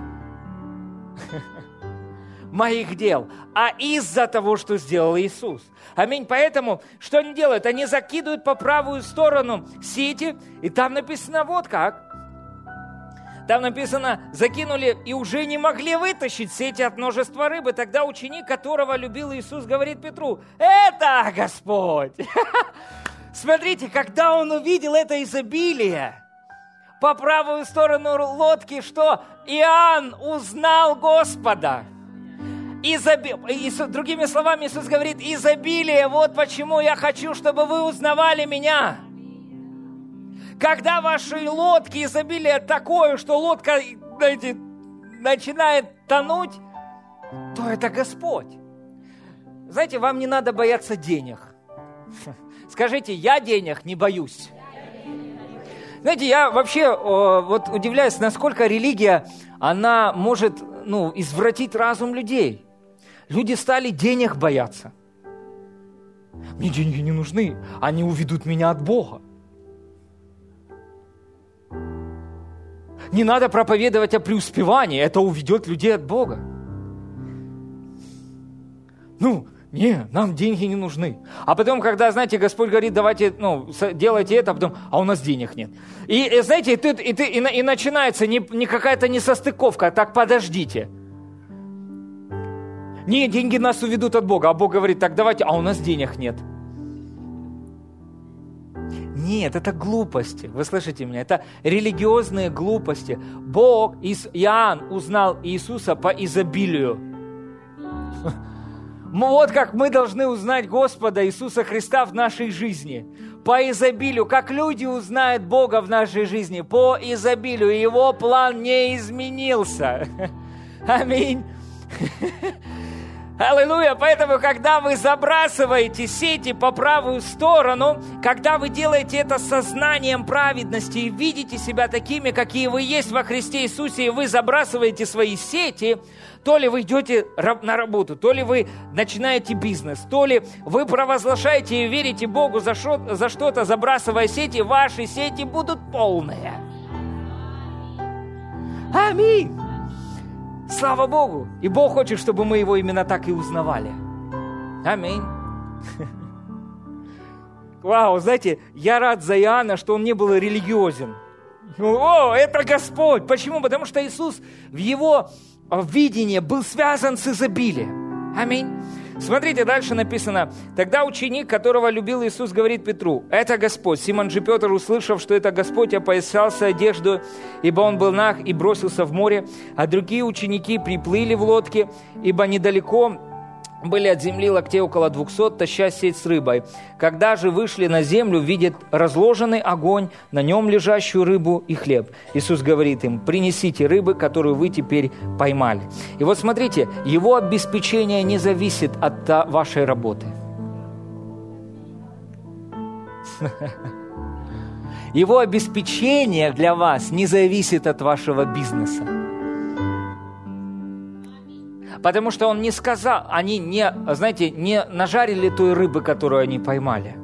моих дел, а из-за того, что сделал Иисус. Аминь. Поэтому, что они делают? Они закидывают по правую сторону сети, и там написано вот как. Там написано: закинули и уже не могли вытащить сети от множества рыбы. Тогда ученик, которого любил Иисус, говорит Петру: это Господь. Смотрите, когда он увидел это изобилие, по правую сторону лодки, что Иоанн узнал Господа. Другими словами, Иисус говорит: изобилие, вот почему я хочу, чтобы вы узнавали меня. Когда в вашей лодке изобилие такое, что лодка, знаете, начинает тонуть, то это Господь. Знаете, вам не надо бояться денег. Скажите: я денег не боюсь. Знаете, я вообще вот удивляюсь, насколько религия, она может извратить разум людей. Люди стали денег бояться. Мне деньги не нужны, они уведут меня от Бога. Не надо проповедовать о преуспевании, это уведет людей от Бога. Не, нам деньги не нужны. А потом, когда, знаете, Господь говорит, давайте, делайте это, а потом, а у нас денег нет. И знаете, и начинается не какая-то несостыковка, так подождите. Не, деньги нас уведут от Бога, а Бог говорит, так давайте, а у нас денег нет. Нет, это глупости, вы слышите меня, это религиозные глупости. Иоанн узнал Иисуса по изобилию. Вот как мы должны узнать Господа Иисуса Христа в нашей жизни. По изобилию. Как люди узнают Бога в нашей жизни. По изобилию. Его план не изменился. Аминь. Аллилуйя! Поэтому, когда вы забрасываете сети по правую сторону, когда вы делаете это с сознанием праведности и видите себя такими, какие вы есть во Христе Иисусе, и вы забрасываете свои сети, то ли вы идете на работу, то ли вы начинаете бизнес, то ли вы провозглашаете и верите Богу за что-то, забрасывая сети, ваши сети будут полные. Аминь! Слава Богу! И Бог хочет, чтобы мы Его именно так и узнавали. Аминь. Вау, знаете, я рад за Иоанна, что он не был религиозен. О, это Господь! Почему? Потому что Иисус в Его видении был связан с изобилием. Аминь. Смотрите, дальше написано. Тогда ученик, которого любил Иисус, говорит Петру: «Это Господь». Симон же Петр, услышав, что это Господь, опоясался одежду, ибо он был наг, и бросился в море. А другие ученики приплыли в лодке, ибо недалеко были от земли локтей около 200, таща сеть с рыбой. Когда же вышли на землю, видят разложенный огонь, на нем лежащую рыбу и хлеб. Иисус говорит им: «Принесите рыбы, которую вы теперь поймали». И вот смотрите, его обеспечение не зависит от вашей работы. Его обеспечение для вас не зависит от вашего бизнеса. Потому что он не сказал, они не нажарили той рыбы, которую они поймали.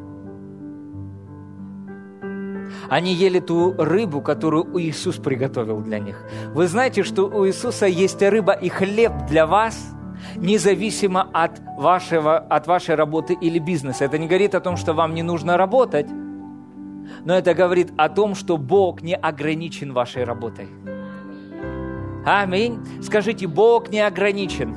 Они ели ту рыбу, которую Иисус приготовил для них. Вы знаете, что у Иисуса есть рыба и хлеб для вас, независимо от вашей работы или бизнеса. Это не говорит о том, что вам не нужно работать, но это говорит о том, что Бог не ограничен вашей работой. Аминь. Скажите: Бог не ограничен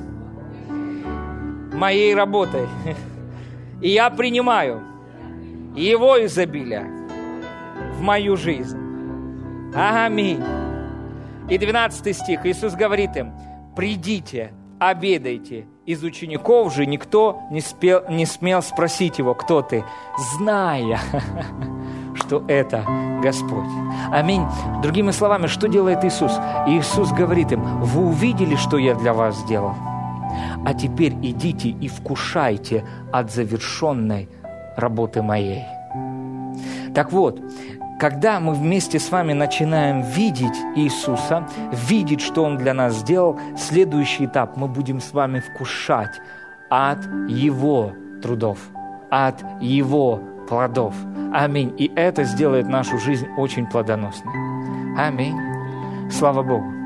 моей работой. И я принимаю Его изобилие в мою жизнь. Аминь. И 12 стих. Иисус говорит им: «Придите, обедайте». Из учеников же никто не смел спросить Его: «Кто ты?», зная, что это Господь. Аминь. Другими словами, что делает Иисус? Иисус говорит им: «Вы увидели, что я для вас сделал? А теперь идите и вкушайте от завершенной работы моей». Так вот, когда мы вместе с вами начинаем видеть Иисуса, видеть, что Он для нас сделал, следующий этап — мы будем с вами вкушать от Его трудов, от Его плодов. Аминь. И это сделает нашу жизнь очень плодоносной. Аминь. Слава Богу.